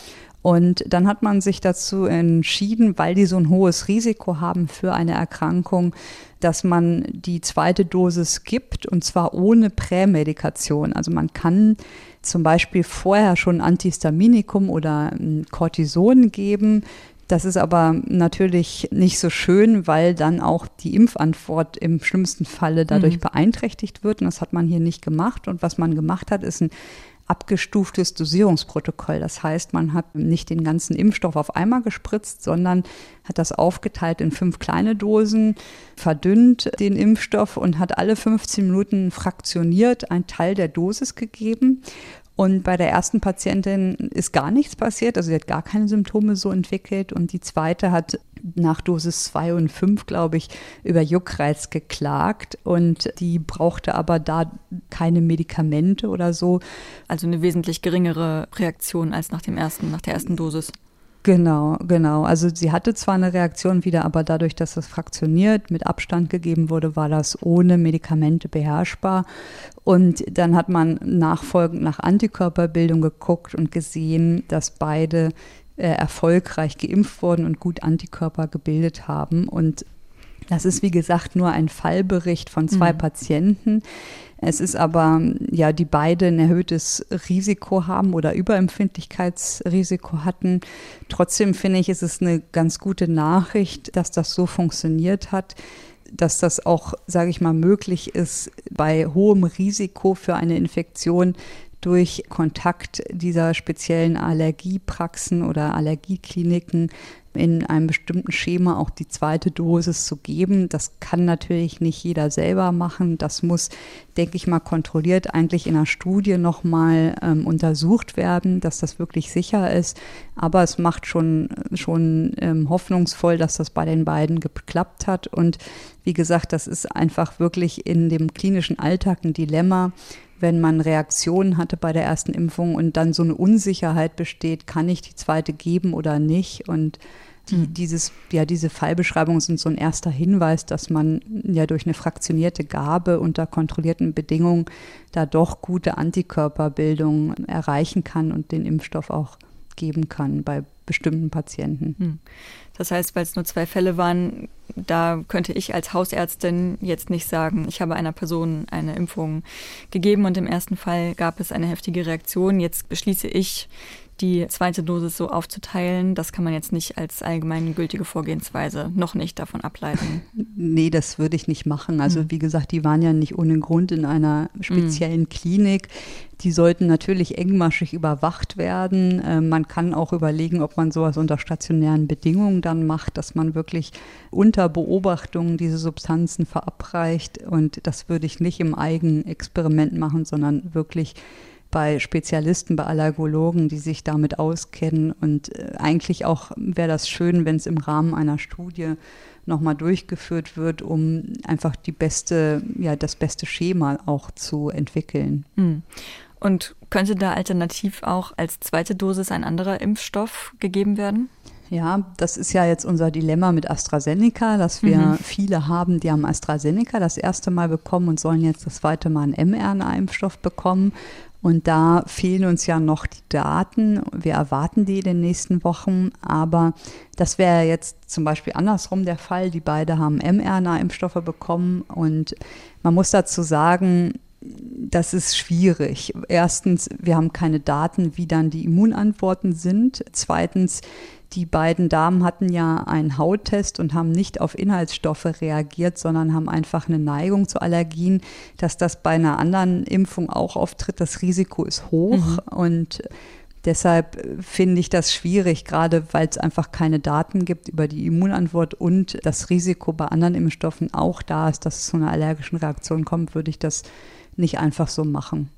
Und dann hat man sich dazu entschieden, weil die so ein hohes Risiko haben für eine Erkrankung, dass man die zweite Dosis gibt, und zwar ohne Prämedikation. Also man kann zum Beispiel vorher schon Antihistaminikum oder Cortison geben. Das ist aber natürlich nicht so schön, weil dann auch die Impfantwort im schlimmsten Falle dadurch mhm. beeinträchtigt wird. Und das hat man hier nicht gemacht. Und was man gemacht hat, ist ein abgestuftes Dosierungsprotokoll. Das heißt, man hat nicht den ganzen Impfstoff auf einmal gespritzt, sondern hat das aufgeteilt in fünf kleine Dosen, verdünnt den Impfstoff und hat alle fünfzehn Minuten fraktioniert einen Teil der Dosis gegeben. Und bei der ersten Patientin ist gar nichts passiert, also sie hat gar keine Symptome so entwickelt. Und die zweite hat nach Dosis zwei und fünf, glaube ich, über Juckreiz geklagt. Und die brauchte aber da keine Medikamente oder so. Also eine wesentlich geringere Reaktion als nach dem ersten, nach der ersten Dosis. Genau, genau. Also sie hatte zwar eine Reaktion wieder, aber dadurch, dass das fraktioniert mit Abstand gegeben wurde, war das ohne Medikamente beherrschbar. Und dann hat man nachfolgend nach Antikörperbildung geguckt und gesehen, dass beide äh, erfolgreich geimpft wurden und gut Antikörper gebildet haben. Und das ist, wie gesagt, nur ein Fallbericht von zwei mhm. Patienten. Es ist aber, ja, die beide ein erhöhtes Risiko haben oder Überempfindlichkeitsrisiko hatten. Trotzdem finde ich, ist es eine ganz gute Nachricht, dass das so funktioniert hat, dass das auch, sage ich mal, möglich ist, bei hohem Risiko für eine Infektion durch Kontakt dieser speziellen Allergiepraxen oder Allergiekliniken in einem bestimmten Schema auch die zweite Dosis zu geben. Das kann natürlich nicht jeder selber machen. Das muss, denke ich mal, kontrolliert eigentlich in einer Studie nochmal ähm, untersucht werden, dass das wirklich sicher ist. Aber es macht schon, schon ähm, hoffnungsvoll, dass das bei den beiden geklappt hat. Und wie gesagt, das ist einfach wirklich in dem klinischen Alltag ein Dilemma, wenn man Reaktionen hatte bei der ersten Impfung und dann so eine Unsicherheit besteht, kann ich die zweite geben oder nicht? Und die, mhm. dieses, ja, diese Fallbeschreibungen sind so ein erster Hinweis, dass man ja durch eine fraktionierte Gabe unter kontrollierten Bedingungen da doch gute Antikörperbildung erreichen kann und den Impfstoff auch geben kann bei bestimmten Patienten. Hm. Das heißt, weil es nur zwei Fälle waren, da könnte ich als Hausärztin jetzt nicht sagen, ich habe einer Person eine Impfung gegeben und im ersten Fall gab es eine heftige Reaktion. Jetzt beschließe ich, die zweite Dosis so aufzuteilen. Das kann man jetzt nicht als allgemeingültige Vorgehensweise noch nicht davon ableiten. Nee, das würde ich nicht machen. Also mhm. wie gesagt, die waren ja nicht ohne Grund in einer speziellen mhm. Klinik. Die sollten natürlich engmaschig überwacht werden. Äh, man kann auch überlegen, ob man sowas unter stationären Bedingungen dann macht, dass man wirklich unter Beobachtung diese Substanzen verabreicht. Und das würde ich nicht im Eigenexperiment machen, sondern wirklich bei Spezialisten, bei Allergologen, die sich damit auskennen. Und äh, eigentlich auch wäre das schön, wenn es im Rahmen einer Studie nochmal durchgeführt wird, um einfach die beste, ja, das beste Schema auch zu entwickeln. Mhm. Und könnte da alternativ auch als zweite Dosis ein anderer Impfstoff gegeben werden? Ja, das ist ja jetzt unser Dilemma mit AstraZeneca, dass wir mhm. viele haben, die haben AstraZeneca das erste Mal bekommen und sollen jetzt das zweite Mal einen mRNA-Impfstoff bekommen. Und da fehlen uns ja noch die Daten. Wir erwarten die in den nächsten Wochen. Aber das wäre jetzt zum Beispiel andersrum der Fall. Die beiden haben mRNA-Impfstoffe bekommen. Und man muss dazu sagen, das ist schwierig. Erstens, wir haben keine Daten, wie dann die Immunantworten sind. Zweitens, die beiden Damen hatten ja einen Hauttest und haben nicht auf Inhaltsstoffe reagiert, sondern haben einfach eine Neigung zu Allergien. Dass das bei einer anderen Impfung auch auftritt, das Risiko ist hoch. Mhm. Und deshalb finde ich das schwierig, gerade weil es einfach keine Daten gibt über die Immunantwort und das Risiko bei anderen Impfstoffen auch da ist, dass es zu einer allergischen Reaktion kommt, würde ich das nicht einfach so machen.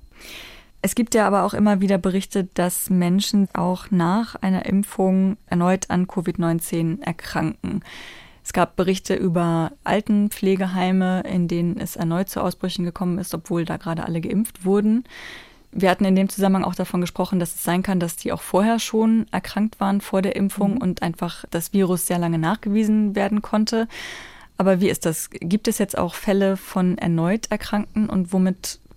Es gibt ja aber auch immer wieder Berichte, dass Menschen auch nach einer Impfung erneut an Covid neunzehn erkranken. Es gab Berichte über Altenpflegeheime, in denen es erneut zu Ausbrüchen gekommen ist, obwohl da gerade alle geimpft wurden. Wir hatten in dem Zusammenhang auch davon gesprochen, dass es sein kann, dass die auch vorher schon erkrankt waren vor der Impfung mhm. und einfach das Virus sehr lange nachgewiesen werden konnte. Aber wie ist das? Gibt es jetzt auch Fälle von erneut Erkrankten und womit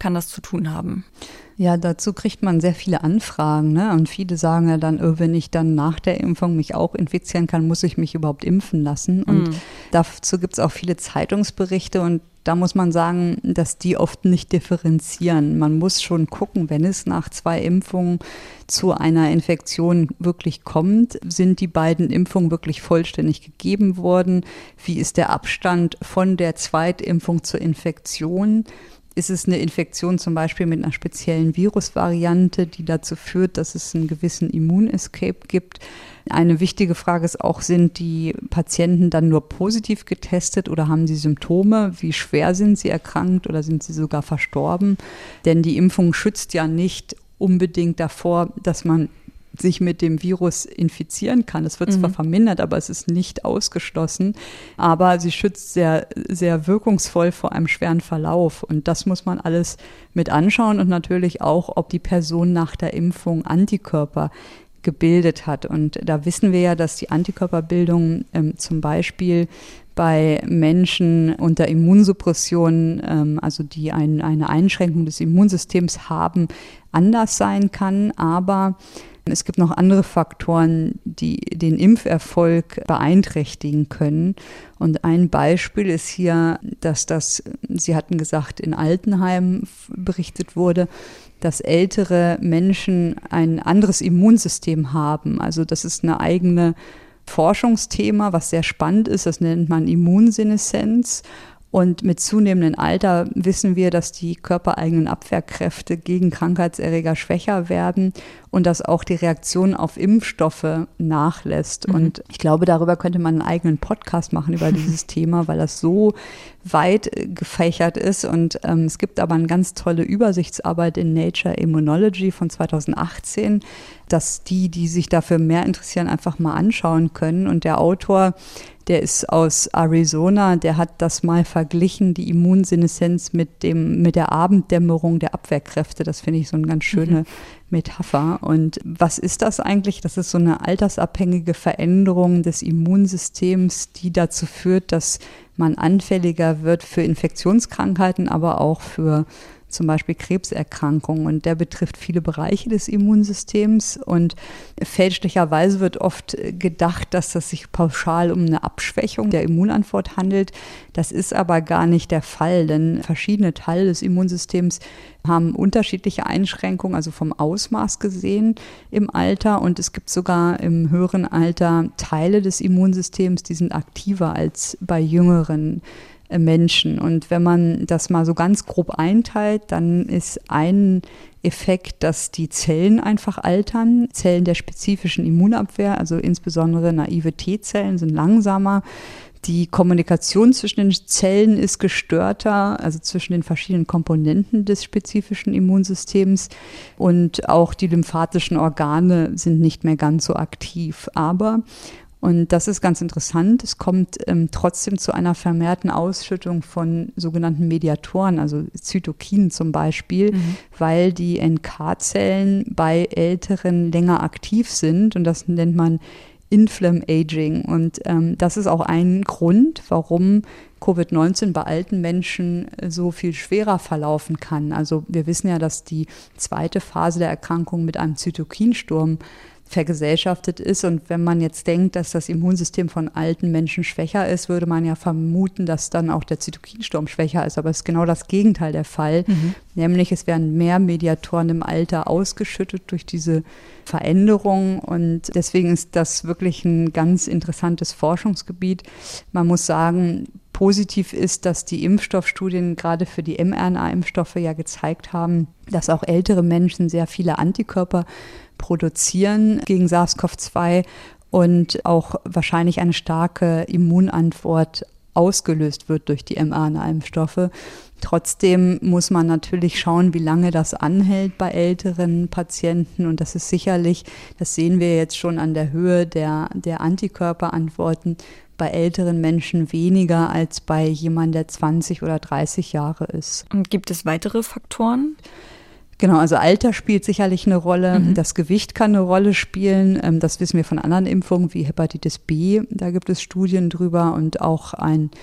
kann das zu tun haben? Ja, dazu kriegt man sehr viele Anfragen, ne? Und viele sagen ja dann, oh, wenn ich dann nach der Impfung mich auch infizieren kann, muss ich mich überhaupt impfen lassen. Und mhm. dazu gibt es auch viele Zeitungsberichte und da muss man sagen, dass die oft nicht differenzieren. Man muss schon gucken, wenn es nach zwei Impfungen zu einer Infektion wirklich kommt, sind die beiden Impfungen wirklich vollständig gegeben worden? Wie ist der Abstand von der Zweitimpfung zur Infektion? Ist es eine Infektion zum Beispiel mit einer speziellen Virusvariante, die dazu führt, dass es einen gewissen Immunescape gibt? Eine wichtige Frage ist auch, sind die Patienten dann nur positiv getestet oder haben sie Symptome? Wie schwer sind sie erkrankt oder sind sie sogar verstorben? Denn die Impfung schützt ja nicht unbedingt davor, dass man sich mit dem Virus infizieren kann. Es wird mhm. zwar vermindert, aber es ist nicht ausgeschlossen. Aber sie schützt sehr, sehr wirkungsvoll vor einem schweren Verlauf. Und das muss man alles mit anschauen und natürlich auch, ob die Person nach der Impfung Antikörper gebildet hat. Und da wissen wir ja, dass die Antikörperbildung ähm, zum Beispiel bei Menschen unter Immunsuppression, ähm, also die ein, eine Einschränkung des Immunsystems haben, anders sein kann. Aber es gibt noch andere Faktoren, die den Impferfolg beeinträchtigen können. Und ein Beispiel ist hier, dass das, Sie hatten gesagt, in Altenheimen berichtet wurde, dass ältere Menschen ein anderes Immunsystem haben. Also das ist eine eigene Forschungsthema, was sehr spannend ist. Das nennt man Immunseneszenz. Und mit zunehmendem Alter wissen wir, dass die körpereigenen Abwehrkräfte gegen Krankheitserreger schwächer werden und dass auch die Reaktion auf Impfstoffe nachlässt. Mhm. Und ich glaube, darüber könnte man einen eigenen Podcast machen über dieses Thema, weil das so weit gefächert ist. Und ähm, es gibt aber eine ganz tolle Übersichtsarbeit in Nature Immunology von zweitausendachtzehn, dass die, die sich dafür mehr interessieren, einfach mal anschauen können. Und der Autor, der ist aus Arizona, der hat das mal verglichen, die Immunseneszenz mit dem, mit der Abenddämmerung der Abwehrkräfte. Das finde ich so eine ganz schöne mhm. Metapher. Und was ist das eigentlich? Das ist so eine altersabhängige Veränderung des Immunsystems, die dazu führt, dass man anfälliger wird für Infektionskrankheiten, aber auch für zum Beispiel Krebserkrankungen. Und der betrifft viele Bereiche des Immunsystems. Und fälschlicherweise wird oft gedacht, dass das sich pauschal um eine Abschwächung der Immunantwort handelt. Das ist aber gar nicht der Fall, denn verschiedene Teile des Immunsystems haben unterschiedliche Einschränkungen, also vom Ausmaß gesehen im Alter. Und es gibt sogar im höheren Alter Teile des Immunsystems, die sind aktiver als bei jüngeren Menschen. Und wenn man das mal so ganz grob einteilt, dann ist ein Effekt, dass die Zellen einfach altern. Zellen der spezifischen Immunabwehr, also insbesondere naive T-Zellen, sind langsamer. Die Kommunikation zwischen den Zellen ist gestörter, also zwischen den verschiedenen Komponenten des spezifischen Immunsystems. Und auch die lymphatischen Organe sind nicht mehr ganz so aktiv. Aber und das ist ganz interessant. Es kommt ähm, trotzdem zu einer vermehrten Ausschüttung von sogenannten Mediatoren, also Zytokinen zum Beispiel, mhm. weil die N K-Zellen bei Älteren länger aktiv sind. Und das nennt man Inflammaging. Und ähm, das ist auch ein Grund, warum Covid neunzehn bei alten Menschen so viel schwerer verlaufen kann. Also wir wissen ja, dass die zweite Phase der Erkrankung mit einem Zytokinsturm vergesellschaftet ist. Und wenn man jetzt denkt, dass das Immunsystem von alten Menschen schwächer ist, würde man ja vermuten, dass dann auch der Zytokinsturm schwächer ist. Aber es ist genau das Gegenteil der Fall. Mhm. Nämlich es werden mehr Mediatoren im Alter ausgeschüttet durch diese Veränderung. Und deswegen ist das wirklich ein ganz interessantes Forschungsgebiet. Man muss sagen, positiv ist, dass die Impfstoffstudien gerade für die mRNA-Impfstoffe ja gezeigt haben, dass auch ältere Menschen sehr viele Antikörper produzieren gegen SARS-C o V zwei und auch wahrscheinlich eine starke Immunantwort ausgelöst wird durch die mRNA-Impfstoffe. Trotzdem muss man natürlich schauen, wie lange das anhält bei älteren Patienten. Und das ist sicherlich, das sehen wir jetzt schon an der Höhe der, der Antikörperantworten, bei älteren Menschen weniger als bei jemandem, der zwanzig oder dreißig Jahre ist. Und gibt es weitere Faktoren? Genau, also Alter spielt sicherlich eine Rolle, mhm. das Gewicht kann eine Rolle spielen, das wissen wir von anderen Impfungen wie Hepatitis B, da gibt es Studien drüber und auch ein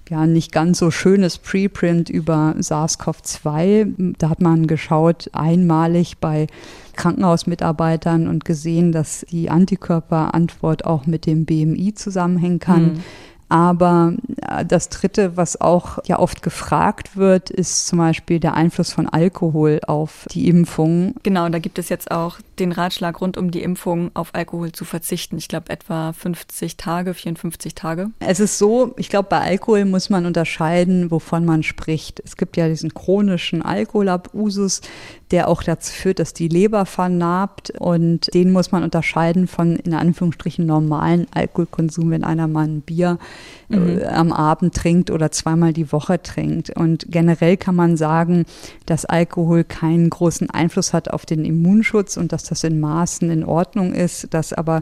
ja nicht ganz so schönes Preprint über SARS-C o V zwei. Da hat man geschaut, einmalig bei Krankenhausmitarbeitern und gesehen, dass die Antikörperantwort auch mit dem B M I zusammenhängen kann. Mhm. Aber das Dritte, was auch ja oft gefragt wird, ist zum Beispiel der Einfluss von Alkohol auf die Impfung. Genau, da gibt es jetzt auch den Ratschlag rund um die Impfung auf Alkohol zu verzichten. Ich glaube etwa fünfzig Tage, vierundfünfzig Tage. Es ist so, ich glaube, bei Alkohol muss man unterscheiden, wovon man spricht. Es gibt ja diesen chronischen Alkoholabusus, der auch dazu führt, dass die Leber vernarbt, und den muss man unterscheiden von in Anführungsstrichen normalen Alkoholkonsum, wenn einer mal ein Bier mhm. äh, am Abend trinkt oder zweimal die Woche trinkt. Und generell kann man sagen, dass Alkohol keinen großen Einfluss hat auf den Immunschutz und dass das in Maßen in Ordnung ist, dass aber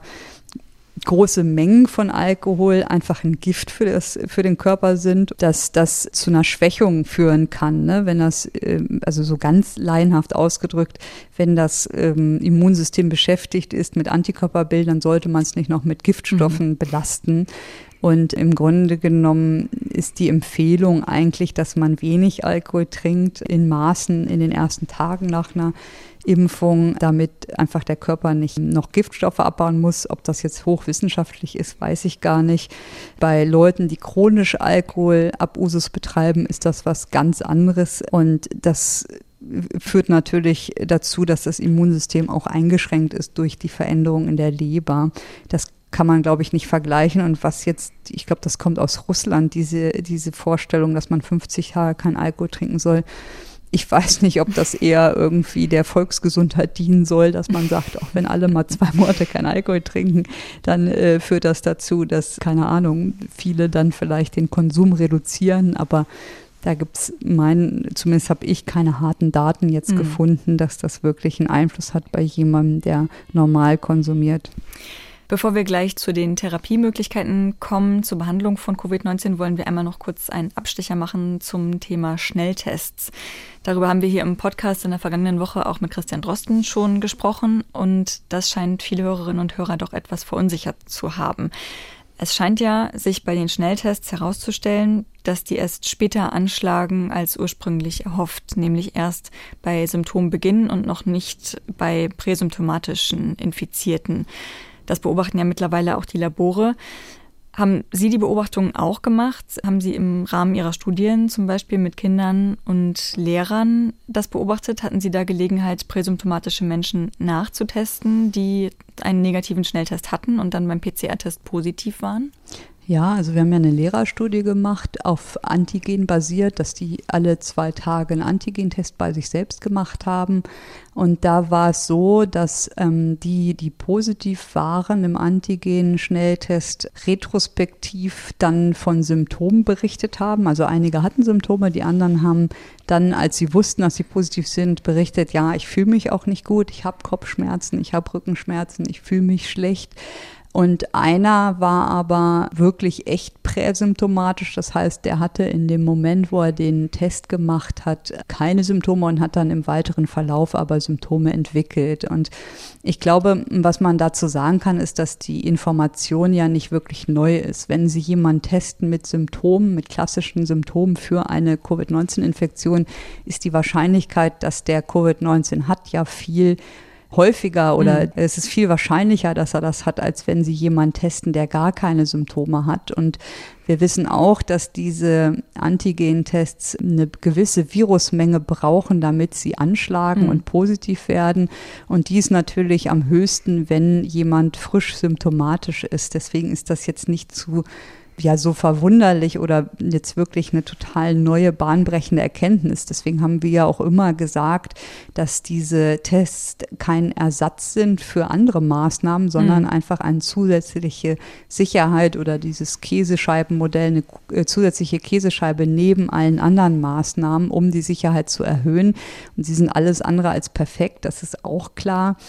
große Mengen von Alkohol einfach ein Gift für, das, für den Körper sind, dass das zu einer Schwächung führen kann, ne? Wenn das, also so ganz laienhaft ausgedrückt, wenn das ähm, Immunsystem beschäftigt ist mit Antikörperbildern, sollte man es nicht noch mit Giftstoffen mhm. belasten. Und im Grunde genommen ist die Empfehlung eigentlich, dass man wenig Alkohol trinkt, in Maßen in den ersten Tagen nach einer Impfung, damit einfach der Körper nicht noch Giftstoffe abbauen muss. Ob das jetzt hochwissenschaftlich ist, weiß ich gar nicht. Bei Leuten, die chronisch Alkoholabusus betreiben, ist das was ganz anderes. Und das führt natürlich dazu, dass das Immunsystem auch eingeschränkt ist durch die Veränderung in der Leber. Das kann man, glaube ich, nicht vergleichen. Und was jetzt, ich glaube, das kommt aus Russland, diese, diese Vorstellung, dass man fünfzig Tage kein Alkohol trinken soll. Ich weiß nicht, ob das eher irgendwie der Volksgesundheit dienen soll, dass man sagt, auch wenn alle mal zwei Monate kein Alkohol trinken, dann äh, führt das dazu, dass, keine Ahnung, viele dann vielleicht den Konsum reduzieren. Aber da gibt es meinen, zumindest habe ich keine harten Daten jetzt mhm. gefunden, dass das wirklich einen Einfluss hat bei jemandem, der normal konsumiert. Bevor wir gleich zu den Therapiemöglichkeiten kommen, zur Behandlung von Covid neunzehn, wollen wir einmal noch kurz einen Abstecher machen zum Thema Schnelltests. Darüber haben wir hier im Podcast in der vergangenen Woche auch mit Christian Drosten schon gesprochen, und das scheint viele Hörerinnen und Hörer doch etwas verunsichert zu haben. Es scheint ja, sich bei den Schnelltests herauszustellen, dass die erst später anschlagen als ursprünglich erhofft, nämlich erst bei Symptombeginn und noch nicht bei präsymptomatischen Infizierten. Das beobachten ja mittlerweile auch die Labore. Haben Sie die Beobachtungen auch gemacht? Haben Sie im Rahmen Ihrer Studien zum Beispiel mit Kindern und Lehrern das beobachtet? Hatten Sie da Gelegenheit, präsymptomatische Menschen nachzutesten, die einen negativen Schnelltest hatten und dann beim P C R-Test positiv waren? Ja, also wir haben ja eine Lehrerstudie gemacht, auf Antigen basiert, dass die alle zwei Tage einen Antigentest bei sich selbst gemacht haben. Und da war es so, dass ähm, die, die positiv waren im Antigen-Schnelltest, retrospektiv dann von Symptomen berichtet haben. Also einige hatten Symptome, die anderen haben dann, als sie wussten, dass sie positiv sind, berichtet, ja, ich fühle mich auch nicht gut, ich habe Kopfschmerzen, ich habe Rückenschmerzen, ich fühle mich schlecht. Und einer war aber wirklich echt präsymptomatisch. Das heißt, der hatte in dem Moment, wo er den Test gemacht hat, keine Symptome und hat dann im weiteren Verlauf aber Symptome entwickelt. Und ich glaube, was man dazu sagen kann, ist, dass die Information ja nicht wirklich neu ist. Wenn Sie jemanden testen mit Symptomen, mit klassischen Symptomen für eine Covid neunzehn Infektion, ist die Wahrscheinlichkeit, dass der Covid neunzehn hat, ja viel häufiger oder mhm. es ist viel wahrscheinlicher, dass er das hat, als wenn Sie jemanden testen, der gar keine Symptome hat. Und wir wissen auch, dass diese Antigen-Tests eine gewisse Virusmenge brauchen, damit sie anschlagen mhm. und positiv werden. Und die ist natürlich am höchsten, wenn jemand frisch symptomatisch ist. Deswegen ist das jetzt nicht zu ja so verwunderlich oder jetzt wirklich eine total neue, bahnbrechende Erkenntnis. Deswegen haben wir ja auch immer gesagt, dass diese Tests kein Ersatz sind für andere Maßnahmen, sondern mhm. einfach eine zusätzliche Sicherheit oder dieses Käsescheibenmodell, eine zusätzliche Käsescheibe neben allen anderen Maßnahmen, um die Sicherheit zu erhöhen. Und sie sind alles andere als perfekt, das ist auch klar.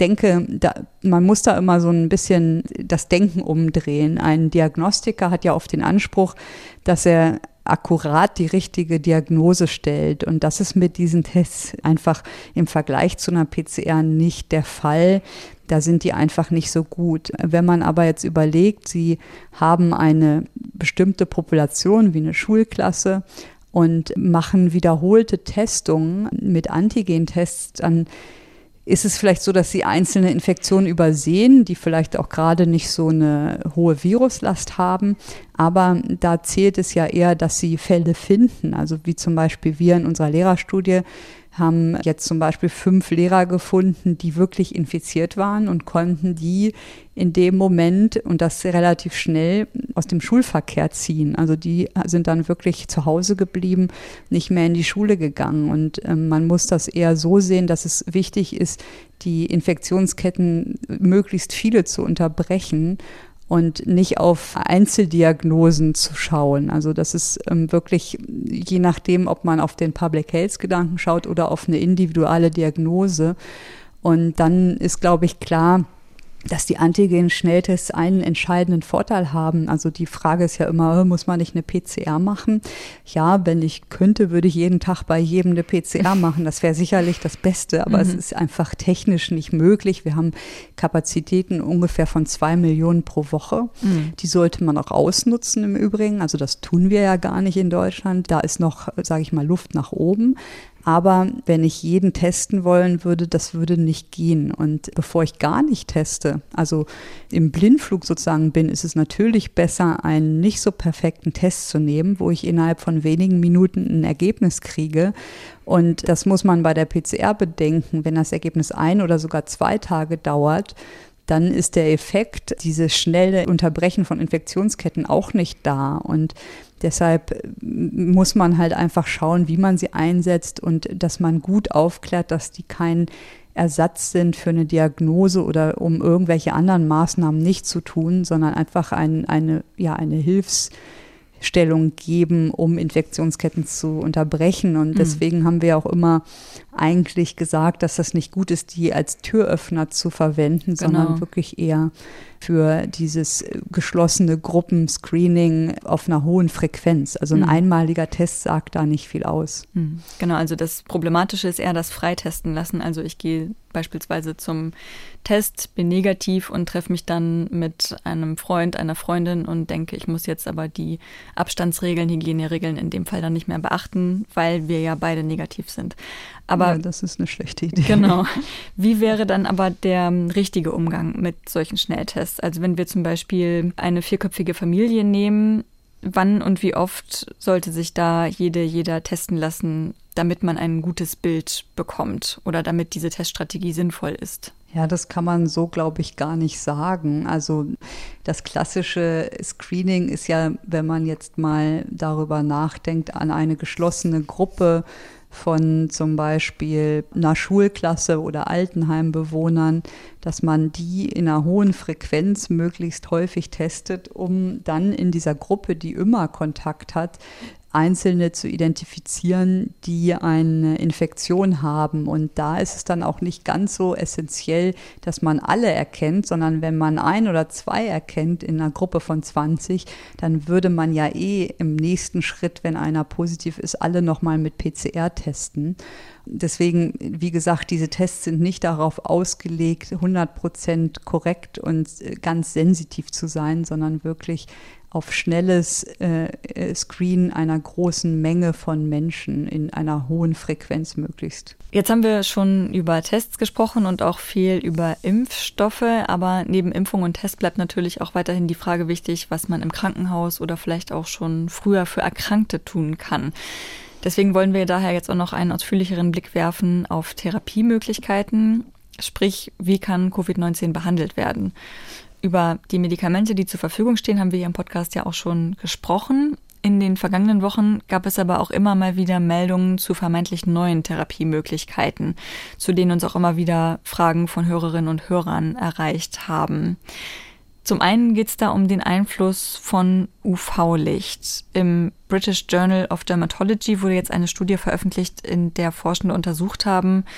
denke, da, man muss da immer so ein bisschen das Denken umdrehen. Ein Diagnostiker hat ja oft den Anspruch, dass er akkurat die richtige Diagnose stellt. Und das ist mit diesen Tests einfach im Vergleich zu einer P C R nicht der Fall. Da sind die einfach nicht so gut. Wenn man aber jetzt überlegt, Sie haben eine bestimmte Population wie eine Schulklasse und machen wiederholte Testungen mit Antigentests, dann ist es vielleicht so, dass Sie einzelne Infektionen übersehen, die vielleicht auch gerade nicht so eine hohe Viruslast haben. Aber da zählt es ja eher, dass Sie Fälle finden. Also wie zum Beispiel wir in unserer Lehrerstudie haben jetzt zum Beispiel fünf Lehrer gefunden, die wirklich infiziert waren und konnten die in dem Moment und das relativ schnell aus dem Schulverkehr ziehen. Also die sind dann wirklich zu Hause geblieben, nicht mehr in die Schule gegangen. Und ähm, man muss das eher so sehen, dass es wichtig ist, die Infektionsketten möglichst viele zu unterbrechen und nicht auf Einzeldiagnosen zu schauen. Also das ist ähm, wirklich, je nachdem, ob man auf den Public Health Gedanken schaut oder auf eine individuelle Diagnose. Und dann ist, glaube ich, klar, dass die Antigen-Schnelltests einen entscheidenden Vorteil haben. Also die Frage ist ja immer, muss man nicht eine P C R machen? Ja, wenn ich könnte, würde ich jeden Tag bei jedem eine P C R machen. Das wäre sicherlich das Beste, aber mhm. es ist einfach technisch nicht möglich. Wir haben Kapazitäten ungefähr von zwei Millionen pro Woche. Mhm. Die sollte man auch ausnutzen im Übrigen. Also das tun wir ja gar nicht in Deutschland. Da ist noch, sage ich mal, Luft nach oben. Aber wenn ich jeden testen wollen würde, das würde nicht gehen. Und bevor ich gar nicht teste, also im Blindflug sozusagen bin, ist es natürlich besser, einen nicht so perfekten Test zu nehmen, wo ich innerhalb von wenigen Minuten ein Ergebnis kriege. Und das muss man bei der P C R bedenken. Wenn das Ergebnis ein oder sogar zwei Tage dauert, dann ist der Effekt, dieses schnelle Unterbrechen von Infektionsketten auch nicht da. Und deshalb muss man halt einfach schauen, wie man sie einsetzt und dass man gut aufklärt, dass die kein Ersatz sind für eine Diagnose oder um irgendwelche anderen Maßnahmen nicht zu tun, sondern einfach ein, eine, ja, eine Hilfsstellung geben, um Infektionsketten zu unterbrechen. Und deswegen mhm. haben wir auch immer eigentlich gesagt, dass das nicht gut ist, die als Türöffner zu verwenden, genau. sondern wirklich eher für dieses geschlossene Gruppenscreening auf einer hohen Frequenz. Also ein mhm. einmaliger Test sagt da nicht viel aus. Mhm. Genau, also das Problematische ist eher das Freitesten lassen. Also ich gehe beispielsweise zum Test, bin negativ und treffe mich dann mit einem Freund, einer Freundin und denke, ich muss jetzt aber die Abstandsregeln, Hygieneregeln in dem Fall dann nicht mehr beachten, weil wir ja beide negativ sind. Aber ja, das ist eine schlechte Idee. Genau. Wie wäre dann aber der richtige Umgang mit solchen Schnelltests? Also wenn wir zum Beispiel eine vierköpfige Familie nehmen, wann und wie oft sollte sich da jede, jeder testen lassen, damit man ein gutes Bild bekommt oder damit diese Teststrategie sinnvoll ist? Ja, das kann man so, glaube ich, gar nicht sagen. Also das klassische Screening ist ja, wenn man jetzt mal darüber nachdenkt, an eine geschlossene Gruppe von zum Beispiel einer Schulklasse oder Altenheimbewohnern, dass man die in einer hohen Frequenz möglichst häufig testet, um dann in dieser Gruppe, die immer Kontakt hat, Einzelne zu identifizieren, die eine Infektion haben. Und da ist es dann auch nicht ganz so essentiell, dass man alle erkennt, sondern wenn man ein oder zwei erkennt in einer Gruppe von zwanzig, dann würde man ja eh im nächsten Schritt, wenn einer positiv ist, alle nochmal mit P C R testen. Deswegen, wie gesagt, diese Tests sind nicht darauf ausgelegt, hundert Prozent korrekt und ganz sensitiv zu sein, sondern wirklich auf schnelles äh, Screen einer großen Menge von Menschen in einer hohen Frequenz möglichst. Jetzt haben wir schon über Tests gesprochen und auch viel über Impfstoffe, aber neben Impfung und Test bleibt natürlich auch weiterhin die Frage wichtig, was man im Krankenhaus oder vielleicht auch schon früher für Erkrankte tun kann. Deswegen wollen wir daher jetzt auch noch einen ausführlicheren Blick werfen auf Therapiemöglichkeiten, sprich, wie kann Covid neunzehn behandelt werden? Über die Medikamente, die zur Verfügung stehen, haben wir hier im Podcast ja auch schon gesprochen. In den vergangenen Wochen gab es aber auch immer mal wieder Meldungen zu vermeintlich neuen Therapiemöglichkeiten, zu denen uns auch immer wieder Fragen von Hörerinnen und Hörern erreicht haben. Zum einen geht es da um den Einfluss von U V-Licht. Im British Journal of Dermatology wurde jetzt eine Studie veröffentlicht, in der Forschende untersucht haben,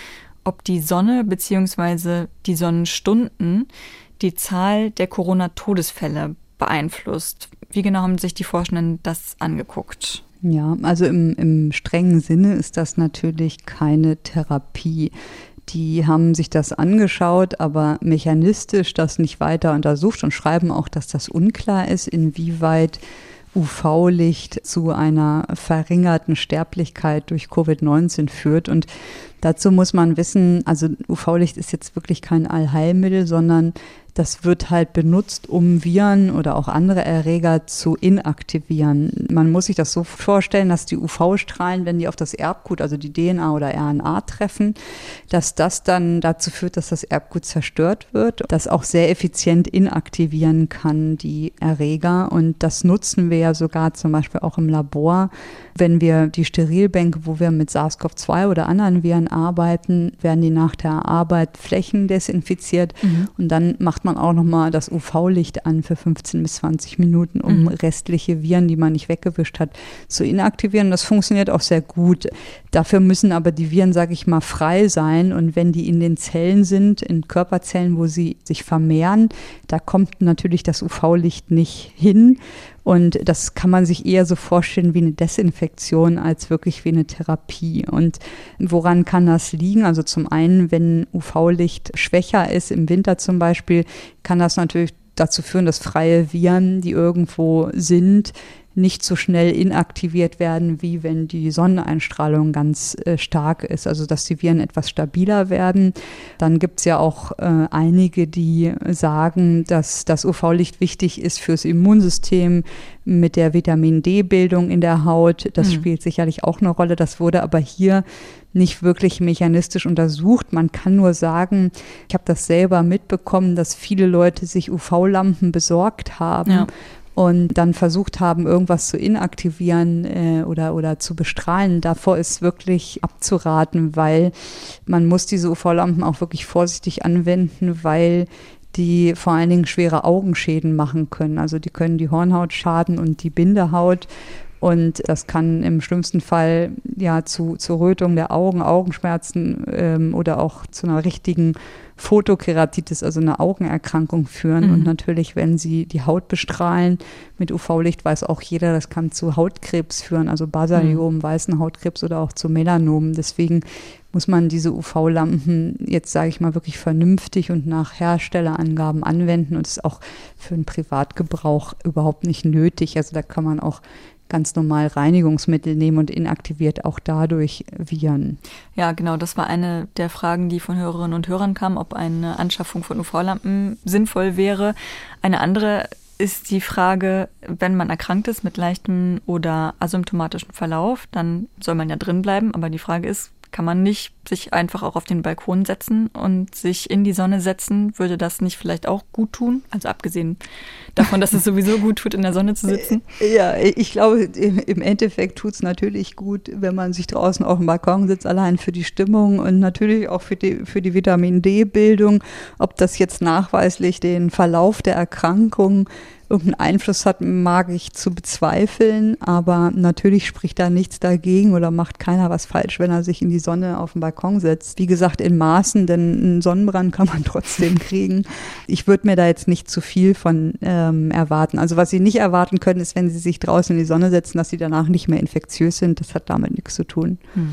ob die Sonne bzw. die Sonnenstunden die Zahl der Corona-Todesfälle beeinflusst. Wie genau haben sich die Forschenden das angeguckt? Ja, also im, im strengen Sinne ist das natürlich keine Therapie. Die haben sich das angeschaut, aber mechanistisch das nicht weiter untersucht und schreiben auch, dass das unklar ist, inwieweit U V-Licht zu einer verringerten Sterblichkeit durch Covid neunzehn führt. Und dazu muss man wissen, also U V-Licht ist jetzt wirklich kein Allheilmittel, sondern das wird halt benutzt, um Viren oder auch andere Erreger zu inaktivieren. Man muss sich das so vorstellen, dass die U V-Strahlen, wenn die auf das Erbgut, also die D N A oder R N A treffen, dass das dann dazu führt, dass das Erbgut zerstört wird, das auch sehr effizient inaktivieren kann, die Erreger. Und das nutzen wir ja sogar zum Beispiel auch im Labor. Wenn wir die Sterilbänke, wo wir mit SARS-C o V zwei oder anderen Viren arbeiten, werden die nach der Arbeit flächendesinfiziert mhm. und dann macht man auch nochmal das U V-Licht an für fünfzehn bis zwanzig Minuten, um mhm. restliche Viren, die man nicht weggewischt hat, zu inaktivieren. Das funktioniert auch sehr gut. Dafür müssen aber die Viren, sage ich mal, frei sein. Und wenn die in den Zellen sind, in Körperzellen, wo sie sich vermehren, da kommt natürlich das U V-Licht nicht hin. Und das kann man sich eher so vorstellen wie eine Desinfektion als wirklich wie eine Therapie. Und woran kann das liegen? Also zum einen, wenn U V-Licht schwächer ist, im Winter zum Beispiel, kann das natürlich dazu führen, dass freie Viren, die irgendwo sind, nicht so schnell inaktiviert werden, wie wenn die Sonneneinstrahlung ganz äh, stark ist, also dass die Viren etwas stabiler werden. Dann gibt es ja auch äh, einige, die sagen, dass das U V-Licht wichtig ist fürs Immunsystem mit der Vitamin-D-Bildung in der Haut. Das mhm. spielt sicherlich auch eine Rolle. Das wurde aber hier nicht wirklich mechanistisch untersucht. Man kann nur sagen, ich habe das selber mitbekommen, dass viele Leute sich U V-Lampen besorgt haben. Ja. Und dann versucht haben, irgendwas zu inaktivieren äh, oder, oder zu bestrahlen. Davor ist wirklich abzuraten, weil man muss diese U V-Lampen auch wirklich vorsichtig anwenden, weil die vor allen Dingen schwere Augenschäden machen können. Also die können die Hornhaut schaden und die Bindehaut. Und das kann im schlimmsten Fall ja zu, zu Rötung der Augen, Augenschmerzen ähm, oder auch zu einer richtigen Photokeratitis, also einer Augenerkrankung führen. Mhm. Und natürlich, wenn sie die Haut bestrahlen mit U V-Licht, weiß auch jeder, das kann zu Hautkrebs führen, also Basaliom, mhm. weißen Hautkrebs oder auch zu Melanomen. Deswegen muss man diese U V-Lampen jetzt, sage ich mal, wirklich vernünftig und nach Herstellerangaben anwenden. Und es ist auch für den Privatgebrauch überhaupt nicht nötig. Also da kann man auch ganz normal Reinigungsmittel nehmen und inaktiviert auch dadurch Viren. Ja, genau, das war eine der Fragen, die von Hörerinnen und Hörern kam, ob eine Anschaffung von U V-Lampen sinnvoll wäre. Eine andere ist die Frage, wenn man erkrankt ist mit leichtem oder asymptomatischem Verlauf, dann soll man ja drin bleiben, aber die Frage ist, kann man nicht sich einfach auch auf den Balkon setzen und sich in die Sonne setzen? Würde das nicht vielleicht auch gut tun? Also abgesehen davon, dass es sowieso gut tut, in der Sonne zu sitzen? Ja, ich glaube, im Endeffekt tut es natürlich gut, wenn man sich draußen auf dem Balkon sitzt, allein für die Stimmung und natürlich auch für die, für die Vitamin-D-Bildung. Ob das jetzt nachweislich den Verlauf der Erkrankung irgendeinen Einfluss hat, mag ich zu bezweifeln, aber natürlich spricht da nichts dagegen oder macht keiner was falsch, wenn er sich in die Sonne auf den Balkon setzt. Wie gesagt, in Maßen, denn einen Sonnenbrand kann man trotzdem kriegen. Ich würde mir da jetzt nicht zu viel von ähm, erwarten. Also was Sie nicht erwarten können, ist, wenn Sie sich draußen in die Sonne setzen, dass Sie danach nicht mehr infektiös sind. Das hat damit nichts zu tun. Hm.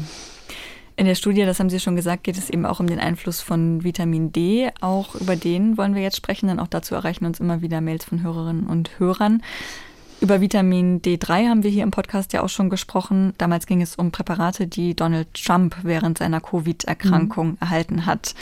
In der Studie, das haben Sie schon gesagt, geht es eben auch um den Einfluss von Vitamin D. Auch über den wollen wir jetzt sprechen, denn auch dazu erreichen uns immer wieder Mails von Hörerinnen und Hörern. Über Vitamin D drei haben wir hier im Podcast ja auch schon gesprochen. Damals ging es um Präparate, die Donald Trump während seiner Covid-Erkrankung mhm. erhalten hat.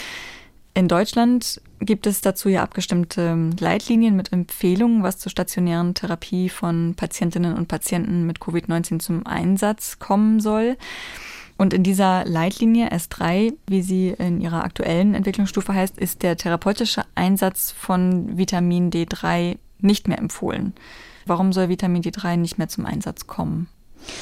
In Deutschland gibt es dazu ja abgestimmte Leitlinien mit Empfehlungen, was zur stationären Therapie von Patientinnen und Patienten mit Covid neunzehn zum Einsatz kommen soll. Und in dieser Leitlinie S drei, wie sie in ihrer aktuellen Entwicklungsstufe heißt, ist der therapeutische Einsatz von Vitamin D drei nicht mehr empfohlen. Warum soll Vitamin D drei nicht mehr zum Einsatz kommen?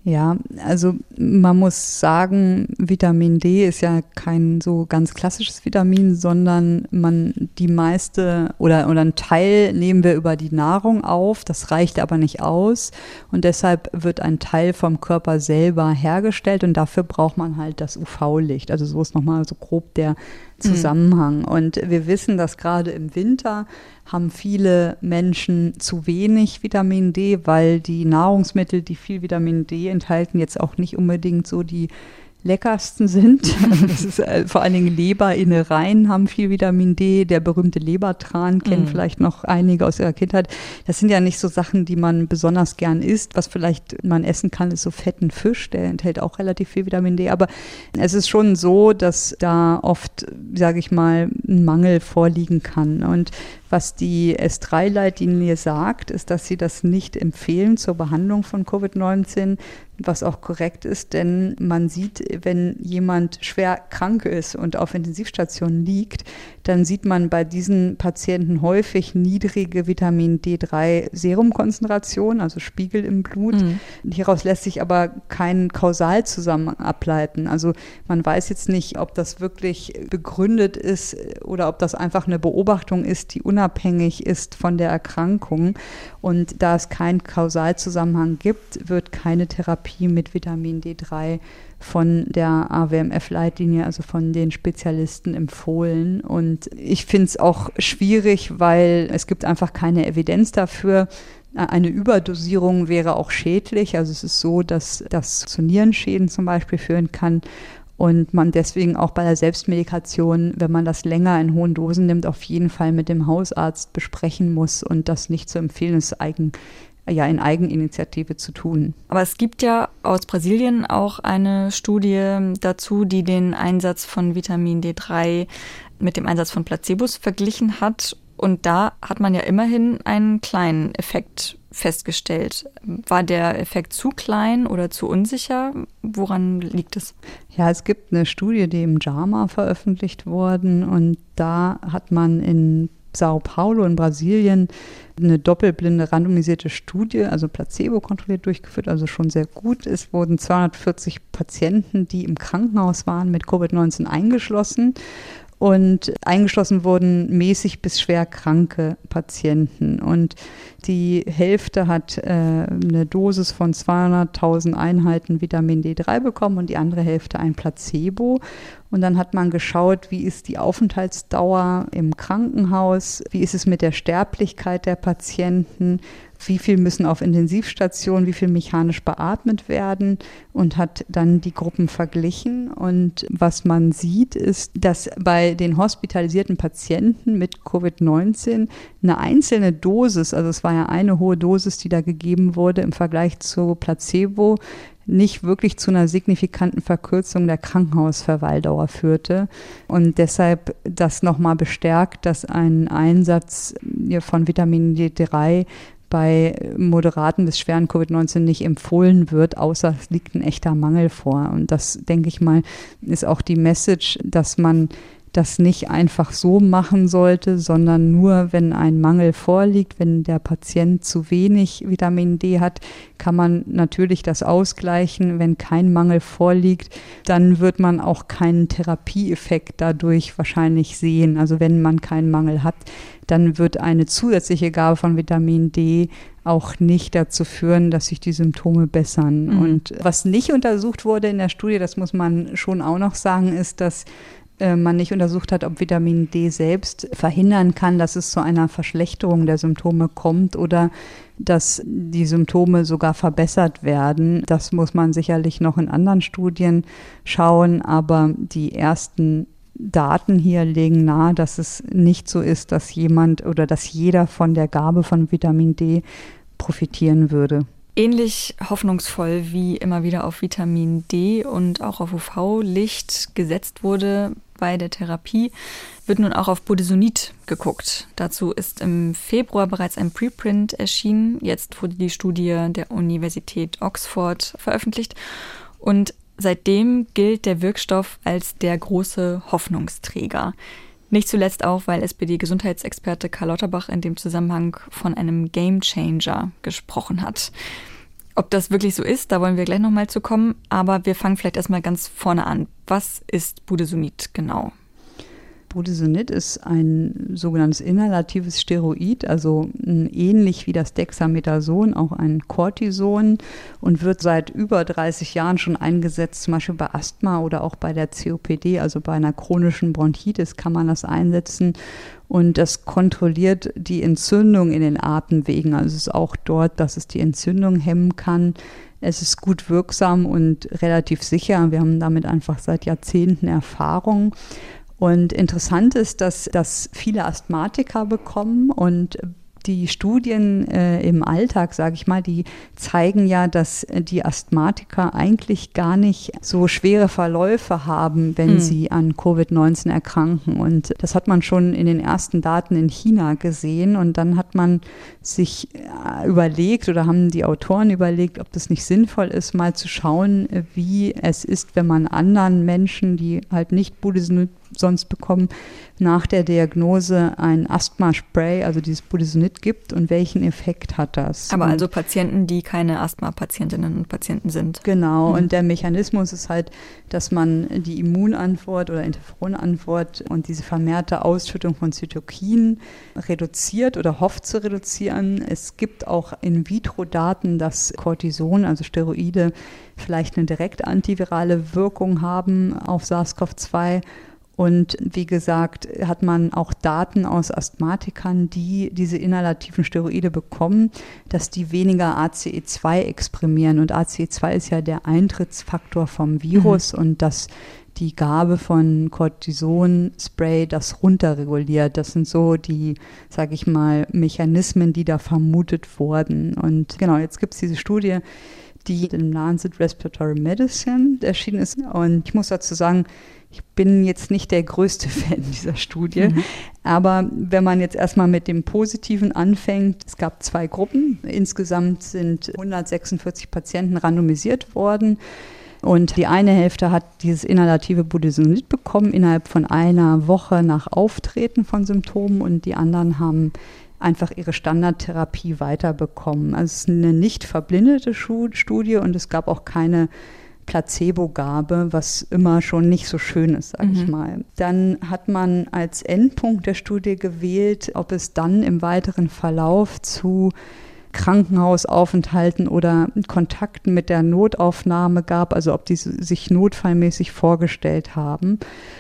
Ja, also man muss sagen, Vitamin D ist ja kein so ganz klassisches Vitamin, sondern man die meiste oder, oder einen Teil nehmen wir über die Nahrung auf. Das reicht aber nicht aus und deshalb wird ein Teil vom Körper selber hergestellt und dafür braucht man halt das U V-Licht. Also so ist nochmal so grob der Zusammenhang. Mhm. Und wir wissen, dass gerade im Winter haben viele Menschen zu wenig Vitamin D, weil die Nahrungsmittel, die viel Vitamin D enthalten, jetzt auch nicht unbedingt so die leckersten sind. Das ist äh, vor allen Dingen Leberinnereien haben viel Vitamin D. Der berühmte Lebertran kennen mm. vielleicht noch einige aus ihrer Kindheit. Das sind ja nicht so Sachen, die man besonders gern isst. Was vielleicht man essen kann, ist so fetten Fisch. Der enthält auch relativ viel Vitamin D. Aber es ist schon so, dass da oft, sage ich mal, ein Mangel vorliegen kann. Und was die S drei Leitlinie sagt, ist, dass sie das nicht empfehlen zur Behandlung von Covid neunzehn, was auch korrekt ist, denn man sieht, wenn jemand schwer krank ist und auf Intensivstationen liegt, dann sieht man bei diesen Patienten häufig niedrige Vitamin D drei Serumkonzentration, also Spiegel im Blut. Mhm. Hieraus lässt sich aber kein Kausalzusammenhang ableiten. Also man weiß jetzt nicht, ob das wirklich begründet ist oder ob das einfach eine Beobachtung ist, die unabhängig ist von der Erkrankung. Und da es keinen Kausalzusammenhang gibt, wird keine Therapie mit Vitamin D drei von der A W M F-Leitlinie, also von den Spezialisten empfohlen. Und ich finde es auch schwierig, weil es gibt einfach keine Evidenz dafür. Eine Überdosierung wäre auch schädlich. Also es ist so, dass das zu Nierenschäden zum Beispiel führen kann. Und man deswegen auch bei der Selbstmedikation, wenn man das länger in hohen Dosen nimmt, auf jeden Fall mit dem Hausarzt besprechen muss und das nicht zu empfehlen ist, eigen, ja, in Eigeninitiative zu tun. Aber es gibt ja aus Brasilien auch eine Studie dazu, die den Einsatz von Vitamin D drei mit dem Einsatz von Placebos verglichen hat. Und da hat man ja immerhin einen kleinen Effekt festgestellt. War der Effekt zu klein oder zu unsicher? Woran liegt es? Ja, es gibt eine Studie, die im JAMA veröffentlicht worden und da hat man in Sao Paulo in Brasilien eine doppelblinde randomisierte Studie, also Placebo kontrolliert durchgeführt, also schon sehr gut. Es wurden zweihundertvierzig Patienten, die im Krankenhaus waren, mit Covid neunzehn eingeschlossen. Und eingeschlossen wurden mäßig bis schwer kranke Patienten. Und die Hälfte hat äh, eine Dosis von zweihunderttausend Einheiten Vitamin D drei bekommen und die andere Hälfte ein Placebo. Und dann hat man geschaut, wie ist die Aufenthaltsdauer im Krankenhaus, wie ist es mit der Sterblichkeit der Patienten, wie viel müssen auf Intensivstationen, wie viel mechanisch beatmet werden und hat dann die Gruppen verglichen. Und was man sieht, ist, dass bei den hospitalisierten Patienten mit Covid neunzehn eine einzelne Dosis, also es war ja eine hohe Dosis, die da gegeben wurde im Vergleich zu Placebo, nicht wirklich zu einer signifikanten Verkürzung der Krankenhausverweildauer führte und deshalb das nochmal bestärkt, dass ein Einsatz von Vitamin D drei bei moderaten bis schweren Covid neunzehn nicht empfohlen wird, außer es liegt ein echter Mangel vor. Und das, denke ich mal, ist auch die Message, dass man das nicht einfach so machen sollte, sondern nur, wenn ein Mangel vorliegt, wenn der Patient zu wenig Vitamin D hat, kann man natürlich das ausgleichen. Wenn kein Mangel vorliegt, dann wird man auch keinen Therapieeffekt dadurch wahrscheinlich sehen. Also wenn man keinen Mangel hat, dann wird eine zusätzliche Gabe von Vitamin D auch nicht dazu führen, dass sich die Symptome bessern. Mhm. Und was nicht untersucht wurde in der Studie, das muss man schon auch noch sagen, ist, dass man nicht untersucht hat, ob Vitamin D selbst verhindern kann, dass es zu einer Verschlechterung der Symptome kommt oder dass die Symptome sogar verbessert werden. Das muss man sicherlich noch in anderen Studien schauen, aber die ersten Daten hier legen nahe, dass es nicht so ist, dass jemand oder dass jeder von der Gabe von Vitamin D profitieren würde. Ähnlich hoffnungsvoll wie immer wieder auf Vitamin D und auch auf U V-Licht gesetzt wurde bei der Therapie, wird nun auch auf Budesonid geguckt. Dazu ist im Februar bereits ein Preprint erschienen. Jetzt wurde die Studie der Universität Oxford veröffentlicht und seitdem gilt der Wirkstoff als der große Hoffnungsträger. Nicht zuletzt auch, weil S P D-Gesundheitsexperte Karl Lauterbach in dem Zusammenhang von einem Gamechanger gesprochen hat. Ob das wirklich so ist, da wollen wir gleich nochmal zu kommen. Aber wir fangen vielleicht erstmal ganz vorne an. Was ist Budesonid genau? Budesonid ist ein sogenanntes inhalatives Steroid, also ähnlich wie das Dexamethason, auch ein Cortison und wird seit über dreißig Jahren schon eingesetzt, zum Beispiel bei Asthma oder auch bei der C O P D, also bei einer chronischen Bronchitis kann man das einsetzen. Und das kontrolliert die Entzündung in den Atemwegen. Also es ist auch dort, dass es die Entzündung hemmen kann. Es ist gut wirksam und relativ sicher. Wir haben damit einfach seit Jahrzehnten Erfahrung. Und interessant ist, dass das viele Asthmatiker bekommen und die Studien äh, im Alltag, sage ich mal, die zeigen ja, dass die Asthmatiker eigentlich gar nicht so schwere Verläufe haben, wenn mhm. sie an Covid neunzehn erkranken. Und das hat man schon in den ersten Daten in China gesehen. Und dann hat man sich äh, überlegt oder haben die Autoren überlegt, ob das nicht sinnvoll ist, mal zu schauen, wie es ist, wenn man anderen Menschen, die halt nicht Budesonid sonst bekommen, nach der Diagnose ein Asthma-Spray, also dieses Budesonid gibt und welchen Effekt hat das? Aber und also Patienten, die keine Asthma-Patientinnen und Patienten sind. Genau, mhm. und der Mechanismus ist halt, dass man die Immunantwort oder Interferonantwort und diese vermehrte Ausschüttung von Zytokinen reduziert oder hofft zu reduzieren. Es gibt auch In-vitro-Daten, dass Cortison, also Steroide, vielleicht eine direkt antivirale Wirkung haben auf SARS-C o V zwei. Und wie gesagt, hat man auch Daten aus Asthmatikern, die diese inhalativen Steroide bekommen, dass die weniger A C E zwei exprimieren. Und A C E zwei ist ja der Eintrittsfaktor vom Virus mhm. und dass die Gabe von Cortison-Spray das runterreguliert. Das sind so die, sage ich mal, Mechanismen, die da vermutet wurden. Und genau, jetzt gibt es diese Studie, die im Lancet Respiratory Medicine erschienen ist. Und ich muss dazu sagen, ich bin jetzt nicht der größte Fan dieser Studie, mhm. aber wenn man jetzt erstmal mit dem Positiven anfängt, es gab zwei Gruppen. Insgesamt sind hundertsechsundvierzig Patienten randomisiert worden und die eine Hälfte hat dieses inhalative Budesonid bekommen innerhalb von einer Woche nach Auftreten von Symptomen und die anderen haben einfach ihre Standardtherapie weiterbekommen. Also es ist eine nicht verblindete Studie und es gab auch keine Placebo-Gabe, was immer schon nicht so schön ist, sage mhm. ich mal. Dann hat man als Endpunkt der Studie gewählt, ob es dann im weiteren Verlauf zu Krankenhausaufenthalten oder Kontakten mit der Notaufnahme gab, also ob die sich notfallmäßig vorgestellt haben.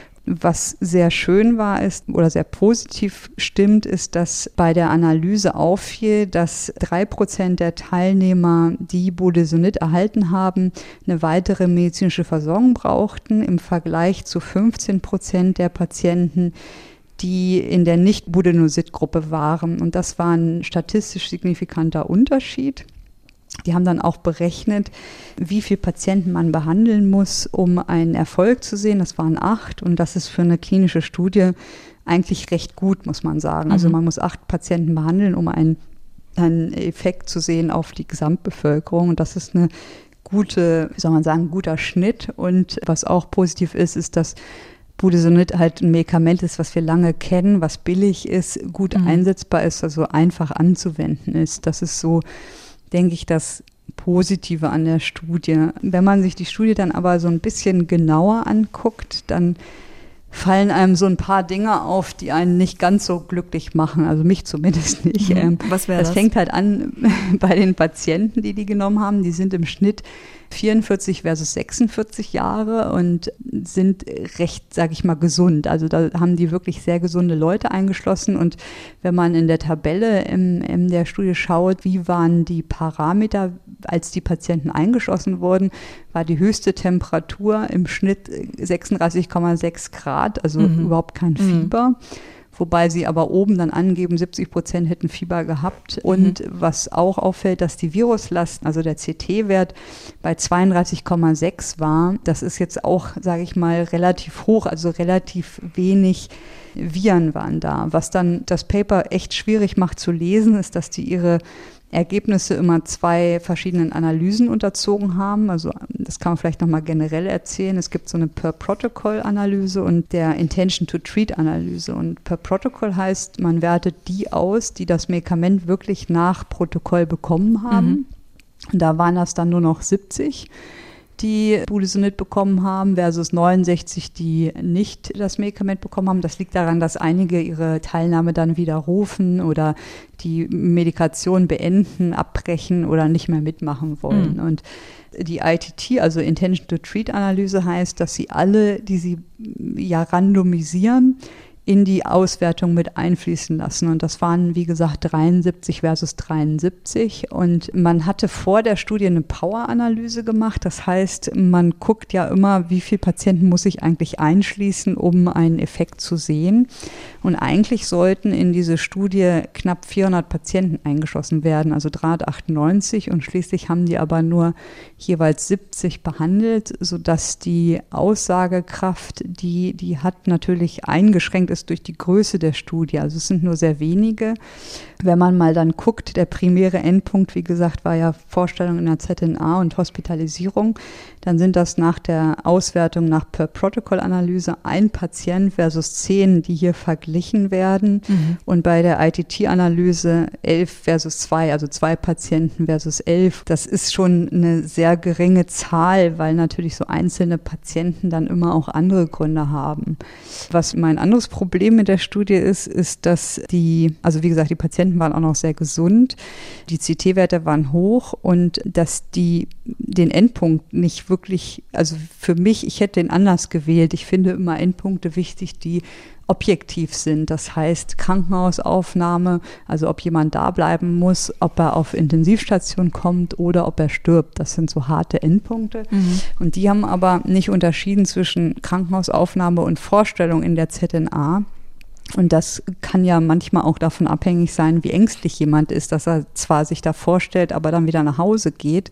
Was sehr schön war ist oder sehr positiv stimmt, ist, dass bei der Analyse auffiel, dass drei Prozent der Teilnehmer, die Budesonid erhalten haben, eine weitere medizinische Versorgung brauchten, im Vergleich zu fünfzehn Prozent der Patienten, die in der Nicht-Budesonid-Gruppe waren. Und das war ein statistisch signifikanter Unterschied. Die haben dann auch berechnet, wie viele Patienten man behandeln muss, um einen Erfolg zu sehen. Das waren acht und das ist für eine klinische Studie eigentlich recht gut, muss man sagen. Also man muss acht Patienten behandeln, um einen, einen Effekt zu sehen auf die Gesamtbevölkerung. Und das ist eine gute, wie soll man sagen, ein guter Schnitt. Und was auch positiv ist, ist, dass Budesonid halt ein Medikament ist, was wir lange kennen, was billig ist, gut mhm. einsetzbar ist, also einfach anzuwenden ist. Das ist so, denke ich, das Positive an der Studie. Wenn man sich die Studie dann aber so ein bisschen genauer anguckt, dann fallen einem so ein paar Dinge auf, die einen nicht ganz so glücklich machen, also mich zumindest nicht. Mhm. Was wäre das? Das fängt halt an bei den Patienten, die die genommen haben. Die sind im Schnitt vierundvierzig versus sechsundvierzig Jahre und sind recht, sage ich mal, gesund. Also da haben die wirklich sehr gesunde Leute eingeschlossen. Und wenn man in der Tabelle in, in der Studie schaut, wie waren die Parameter, als die Patienten eingeschlossen wurden, war die höchste Temperatur im Schnitt sechsunddreißig Komma sechs Grad, also mhm. überhaupt kein Fieber. Mhm. Wobei sie aber oben dann angeben, siebzig Prozent hätten Fieber gehabt. Und mhm. was auch auffällt, dass die Viruslast, also der C T-Wert, bei zweiunddreißig Komma sechs war. Das ist jetzt auch, sage ich mal, relativ hoch, also relativ wenig Viren waren da. Was dann das Paper echt schwierig macht zu lesen, ist, dass die ihre Ergebnisse immer zwei verschiedenen Analysen unterzogen haben. Also das kann man vielleicht nochmal generell erzählen. Es gibt so eine Per-Protocol-Analyse und der Intention-to-Treat-Analyse. Und Per-Protocol heißt, man wertet die aus, die das Medikament wirklich nach Protokoll bekommen haben. Mhm. Da waren das dann nur noch siebzig, die Budesonid bekommen haben, versus neunundsechzig, die nicht das Medikament bekommen haben. Das liegt daran, dass einige ihre Teilnahme dann widerrufen oder die Medikation beenden, abbrechen oder nicht mehr mitmachen wollen. Mhm. Und die I T T, also Intention-to-Treat-Analyse, heißt, dass sie alle, die sie ja randomisieren, in die Auswertung mit einfließen lassen. Und das waren, wie gesagt, dreiundsiebzig versus dreiundsiebzig. Und man hatte vor der Studie eine Power-Analyse gemacht. Das heißt, man guckt ja immer, wie viele Patienten muss ich eigentlich einschließen, um einen Effekt zu sehen. Und eigentlich sollten in diese Studie knapp vierhundert Patienten eingeschlossen werden, also dreihundertachtundneunzig. Und schließlich haben die aber nur jeweils siebzig behandelt, sodass die Aussagekraft, die die hat, natürlich eingeschränkt ist durch die Größe der Studie. Also es sind nur sehr wenige. Wenn man mal dann guckt, der primäre Endpunkt, wie gesagt, war ja Vorstellung in der Z N A und Hospitalisierung, dann sind das nach der Auswertung nach Per-Protokoll-Analyse ein Patient versus zehn, die hier verglichen werden. Mhm. Und bei der I T T-Analyse elf versus zwei, also zwei Patienten versus elf. Das ist schon eine sehr geringe Zahl, weil natürlich so einzelne Patienten dann immer auch andere Gründe haben. Was mein anderes Problem mit der Studie ist, ist, dass die, also wie gesagt, die Patienten waren auch noch sehr gesund, die C T-Werte waren hoch und dass die den Endpunkt nicht wirklich, also für mich, ich hätte den anders gewählt. Ich finde immer Endpunkte wichtig, die objektiv sind. Das heißt Krankenhausaufnahme, also ob jemand da bleiben muss, ob er auf Intensivstation kommt oder ob er stirbt. Das sind so harte Endpunkte. Mhm. Und die haben aber nicht unterschieden zwischen Krankenhausaufnahme und Vorstellung in der Z N A. Und das kann ja manchmal auch davon abhängig sein, wie ängstlich jemand ist, dass er zwar sich da vorstellt, aber dann wieder nach Hause geht.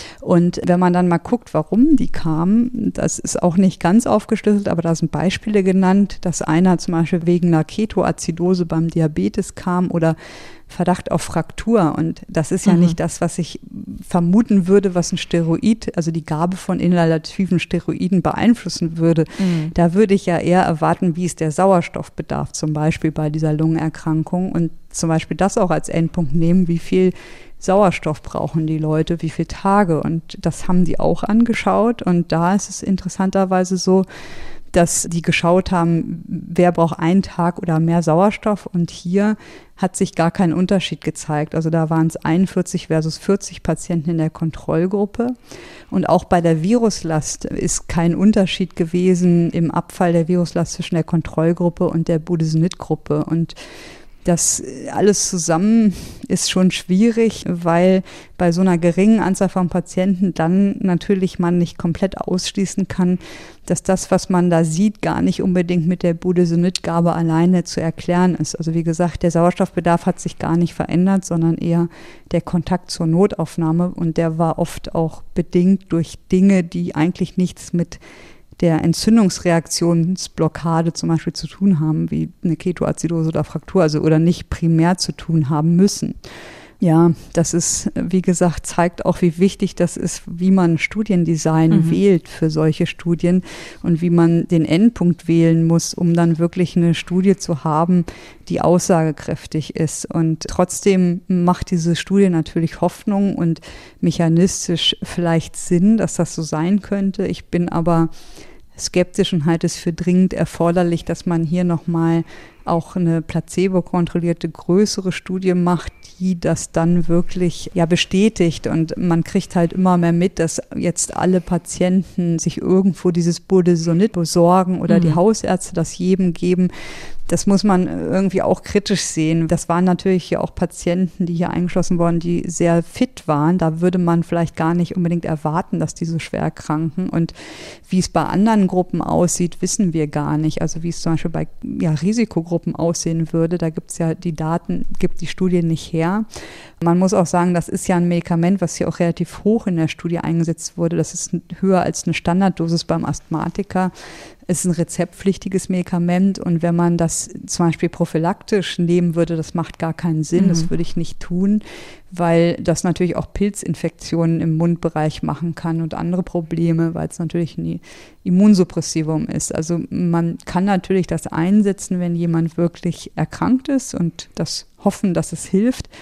Und wenn man dann mal guckt, warum die kamen, das ist auch nicht ganz aufgeschlüsselt, aber da sind Beispiele genannt, dass einer zum Beispiel wegen einer Ketoazidose beim Diabetes kam oder Verdacht auf Fraktur. Und das ist ja mhm. nicht das, was ich vermuten würde, was ein Steroid, also die Gabe von inhalativen Steroiden beeinflussen würde. Mhm. Da würde ich ja eher erwarten, wie ist der Sauerstoffbedarf zum Beispiel bei dieser Lungenerkrankung und zum Beispiel das auch als Endpunkt nehmen, wie viel Sauerstoff brauchen die Leute, wie viele Tage. Und das haben die auch angeschaut. Und da ist es interessanterweise so, dass die geschaut haben, wer braucht einen Tag oder mehr Sauerstoff. Und hier hat sich gar kein Unterschied gezeigt. Also da waren es einundvierzig versus vierzig Patienten in der Kontrollgruppe. Und auch bei der Viruslast ist kein Unterschied gewesen im Abfall der Viruslast zwischen der Kontrollgruppe und der Budesonid-Gruppe. Und das alles zusammen ist schon schwierig, weil bei so einer geringen Anzahl von Patienten dann natürlich man nicht komplett ausschließen kann, dass das, was man da sieht, gar nicht unbedingt mit der Budesonid-Gabe alleine zu erklären ist. Also wie gesagt, der Sauerstoffbedarf hat sich gar nicht verändert, sondern eher der Kontakt zur Notaufnahme und der war oft auch bedingt durch Dinge, die eigentlich nichts mit der Entzündungsreaktionsblockade zum Beispiel zu tun haben, wie eine Ketoazidose oder Fraktur, also oder nicht primär zu tun haben müssen. Ja, das ist, wie gesagt, zeigt auch, wie wichtig das ist, wie man Studiendesign mhm. wählt für solche Studien und wie man den Endpunkt wählen muss, um dann wirklich eine Studie zu haben, die aussagekräftig ist. Und trotzdem macht diese Studie natürlich Hoffnung und mechanistisch vielleicht Sinn, dass das so sein könnte. Ich bin aber skeptisch und halte es für dringend erforderlich, dass man hier nochmal auch eine placebo-kontrollierte größere Studie macht, die das dann wirklich ja bestätigt. Und man kriegt halt immer mehr mit, dass jetzt alle Patienten sich irgendwo dieses Budesonid besorgen oder mhm. die Hausärzte das jedem geben. Das muss man irgendwie auch kritisch sehen. Das waren natürlich hier auch Patienten, die hier eingeschlossen wurden, die sehr fit waren. Da würde man vielleicht gar nicht unbedingt erwarten, dass die so schwer erkranken. Und wie es bei anderen Gruppen aussieht, wissen wir gar nicht. Also wie es zum Beispiel bei ja, Risikogruppen aussehen würde, da gibt es ja die Daten, gibt die Studie nicht her. Man muss auch sagen, das ist ja ein Medikament, was hier auch relativ hoch in der Studie eingesetzt wurde. Das ist höher als eine Standarddosis beim Asthmatiker. Es ist ein rezeptpflichtiges Medikament und wenn man das zum Beispiel prophylaktisch nehmen würde, das macht gar keinen Sinn, mhm. das würde ich nicht tun, weil das natürlich auch Pilzinfektionen im Mundbereich machen kann und andere Probleme, weil es natürlich ein Immunsuppressivum ist. Also man kann natürlich das einsetzen, wenn jemand wirklich erkrankt ist und das hoffen, dass es hilft.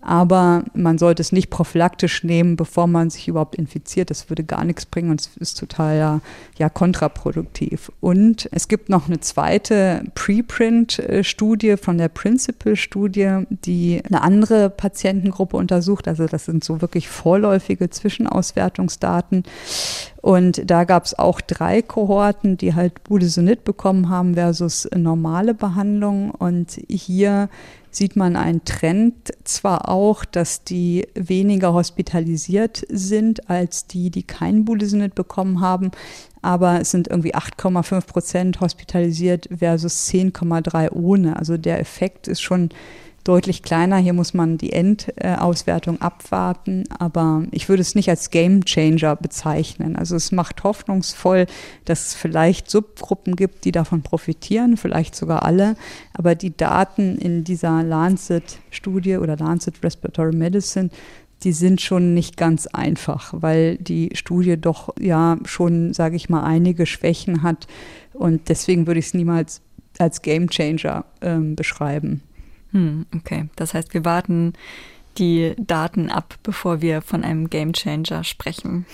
Aber man sollte es nicht prophylaktisch nehmen, bevor man sich überhaupt infiziert. Das würde gar nichts bringen und es ist total ja, ja kontraproduktiv. Und es gibt noch eine zweite Preprint-Studie von der Principal-Studie, die eine andere Patientengruppe untersucht. Also das sind so wirklich vorläufige Zwischenauswertungsdaten. Und da gab es auch drei Kohorten, die halt Budesonid bekommen haben versus normale Behandlung. Und hier sieht man einen Trend zwar auch, dass die weniger hospitalisiert sind als die, die kein Budesonid bekommen haben, aber es sind irgendwie acht Komma fünf Prozent hospitalisiert versus zehn Komma drei ohne. Also der Effekt ist schon deutlich kleiner. Hier muss man die Endauswertung abwarten, aber ich würde es nicht als Gamechanger bezeichnen. Also es macht hoffnungsvoll, dass es vielleicht Subgruppen gibt, die davon profitieren, vielleicht sogar alle, aber die Daten in dieser Lancet-Studie oder Lancet Respiratory Medicine, die sind schon nicht ganz einfach, weil die Studie doch ja schon, sage ich mal, einige Schwächen hat und deswegen würde ich es niemals als Gamechanger ähm, beschreiben. Okay, das heißt, wir warten die Daten ab, bevor wir von einem Gamechanger sprechen.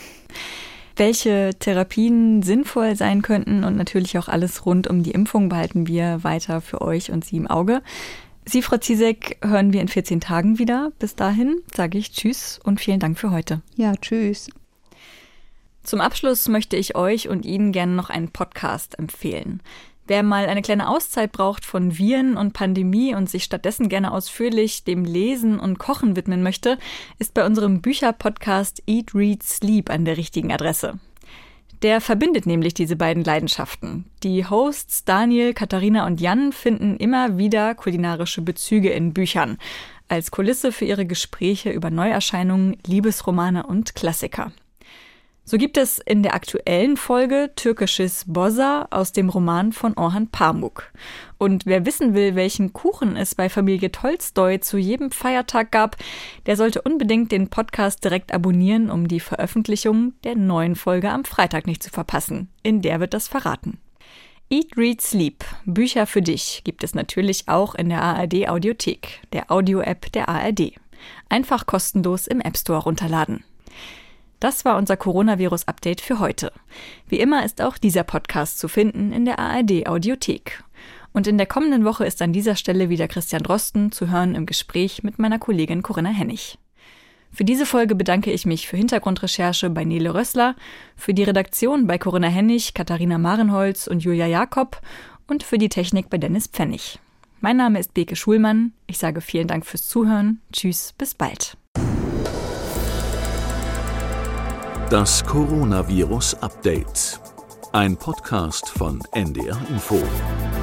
Welche Therapien sinnvoll sein könnten und natürlich auch alles rund um die Impfung behalten wir weiter für euch und Sie im Auge. Sie, Frau Ziesek, hören wir in vierzehn Tagen wieder. Bis dahin sage ich Tschüss und vielen Dank für heute. Ja, tschüss. Zum Abschluss möchte ich euch und Ihnen gerne noch einen Podcast empfehlen. Wer mal eine kleine Auszeit braucht von Viren und Pandemie und sich stattdessen gerne ausführlich dem Lesen und Kochen widmen möchte, ist bei unserem Bücherpodcast Eat, Read, Sleep an der richtigen Adresse. Der verbindet nämlich diese beiden Leidenschaften. Die Hosts Daniel, Katharina und Jan finden immer wieder kulinarische Bezüge in Büchern, als Kulisse für ihre Gespräche über Neuerscheinungen, Liebesromane und Klassiker. So gibt es in der aktuellen Folge türkisches Boza aus dem Roman von Orhan Pamuk. Und wer wissen will, welchen Kuchen es bei Familie Tolstoi zu jedem Feiertag gab, der sollte unbedingt den Podcast direkt abonnieren, um die Veröffentlichung der neuen Folge am Freitag nicht zu verpassen. In der wird das verraten. Eat, Read, Sleep, Bücher für dich, gibt es natürlich auch in der A R D Audiothek, der Audio-App der A R D. Einfach kostenlos im App Store runterladen. Das war unser Coronavirus-Update für heute. Wie immer ist auch dieser Podcast zu finden in der A R D-Audiothek. Und in der kommenden Woche ist an dieser Stelle wieder Christian Drosten zu hören im Gespräch mit meiner Kollegin Corinna Hennig. Für diese Folge bedanke ich mich für Hintergrundrecherche bei Nele Rössler, für die Redaktion bei Corinna Hennig, Katharina Marenholz und Julia Jakob und für die Technik bei Dennis Pfennig. Mein Name ist Beke Schulmann. Ich sage vielen Dank fürs Zuhören. Tschüss, bis bald. Das Coronavirus Update. Ein Podcast von N D R Info.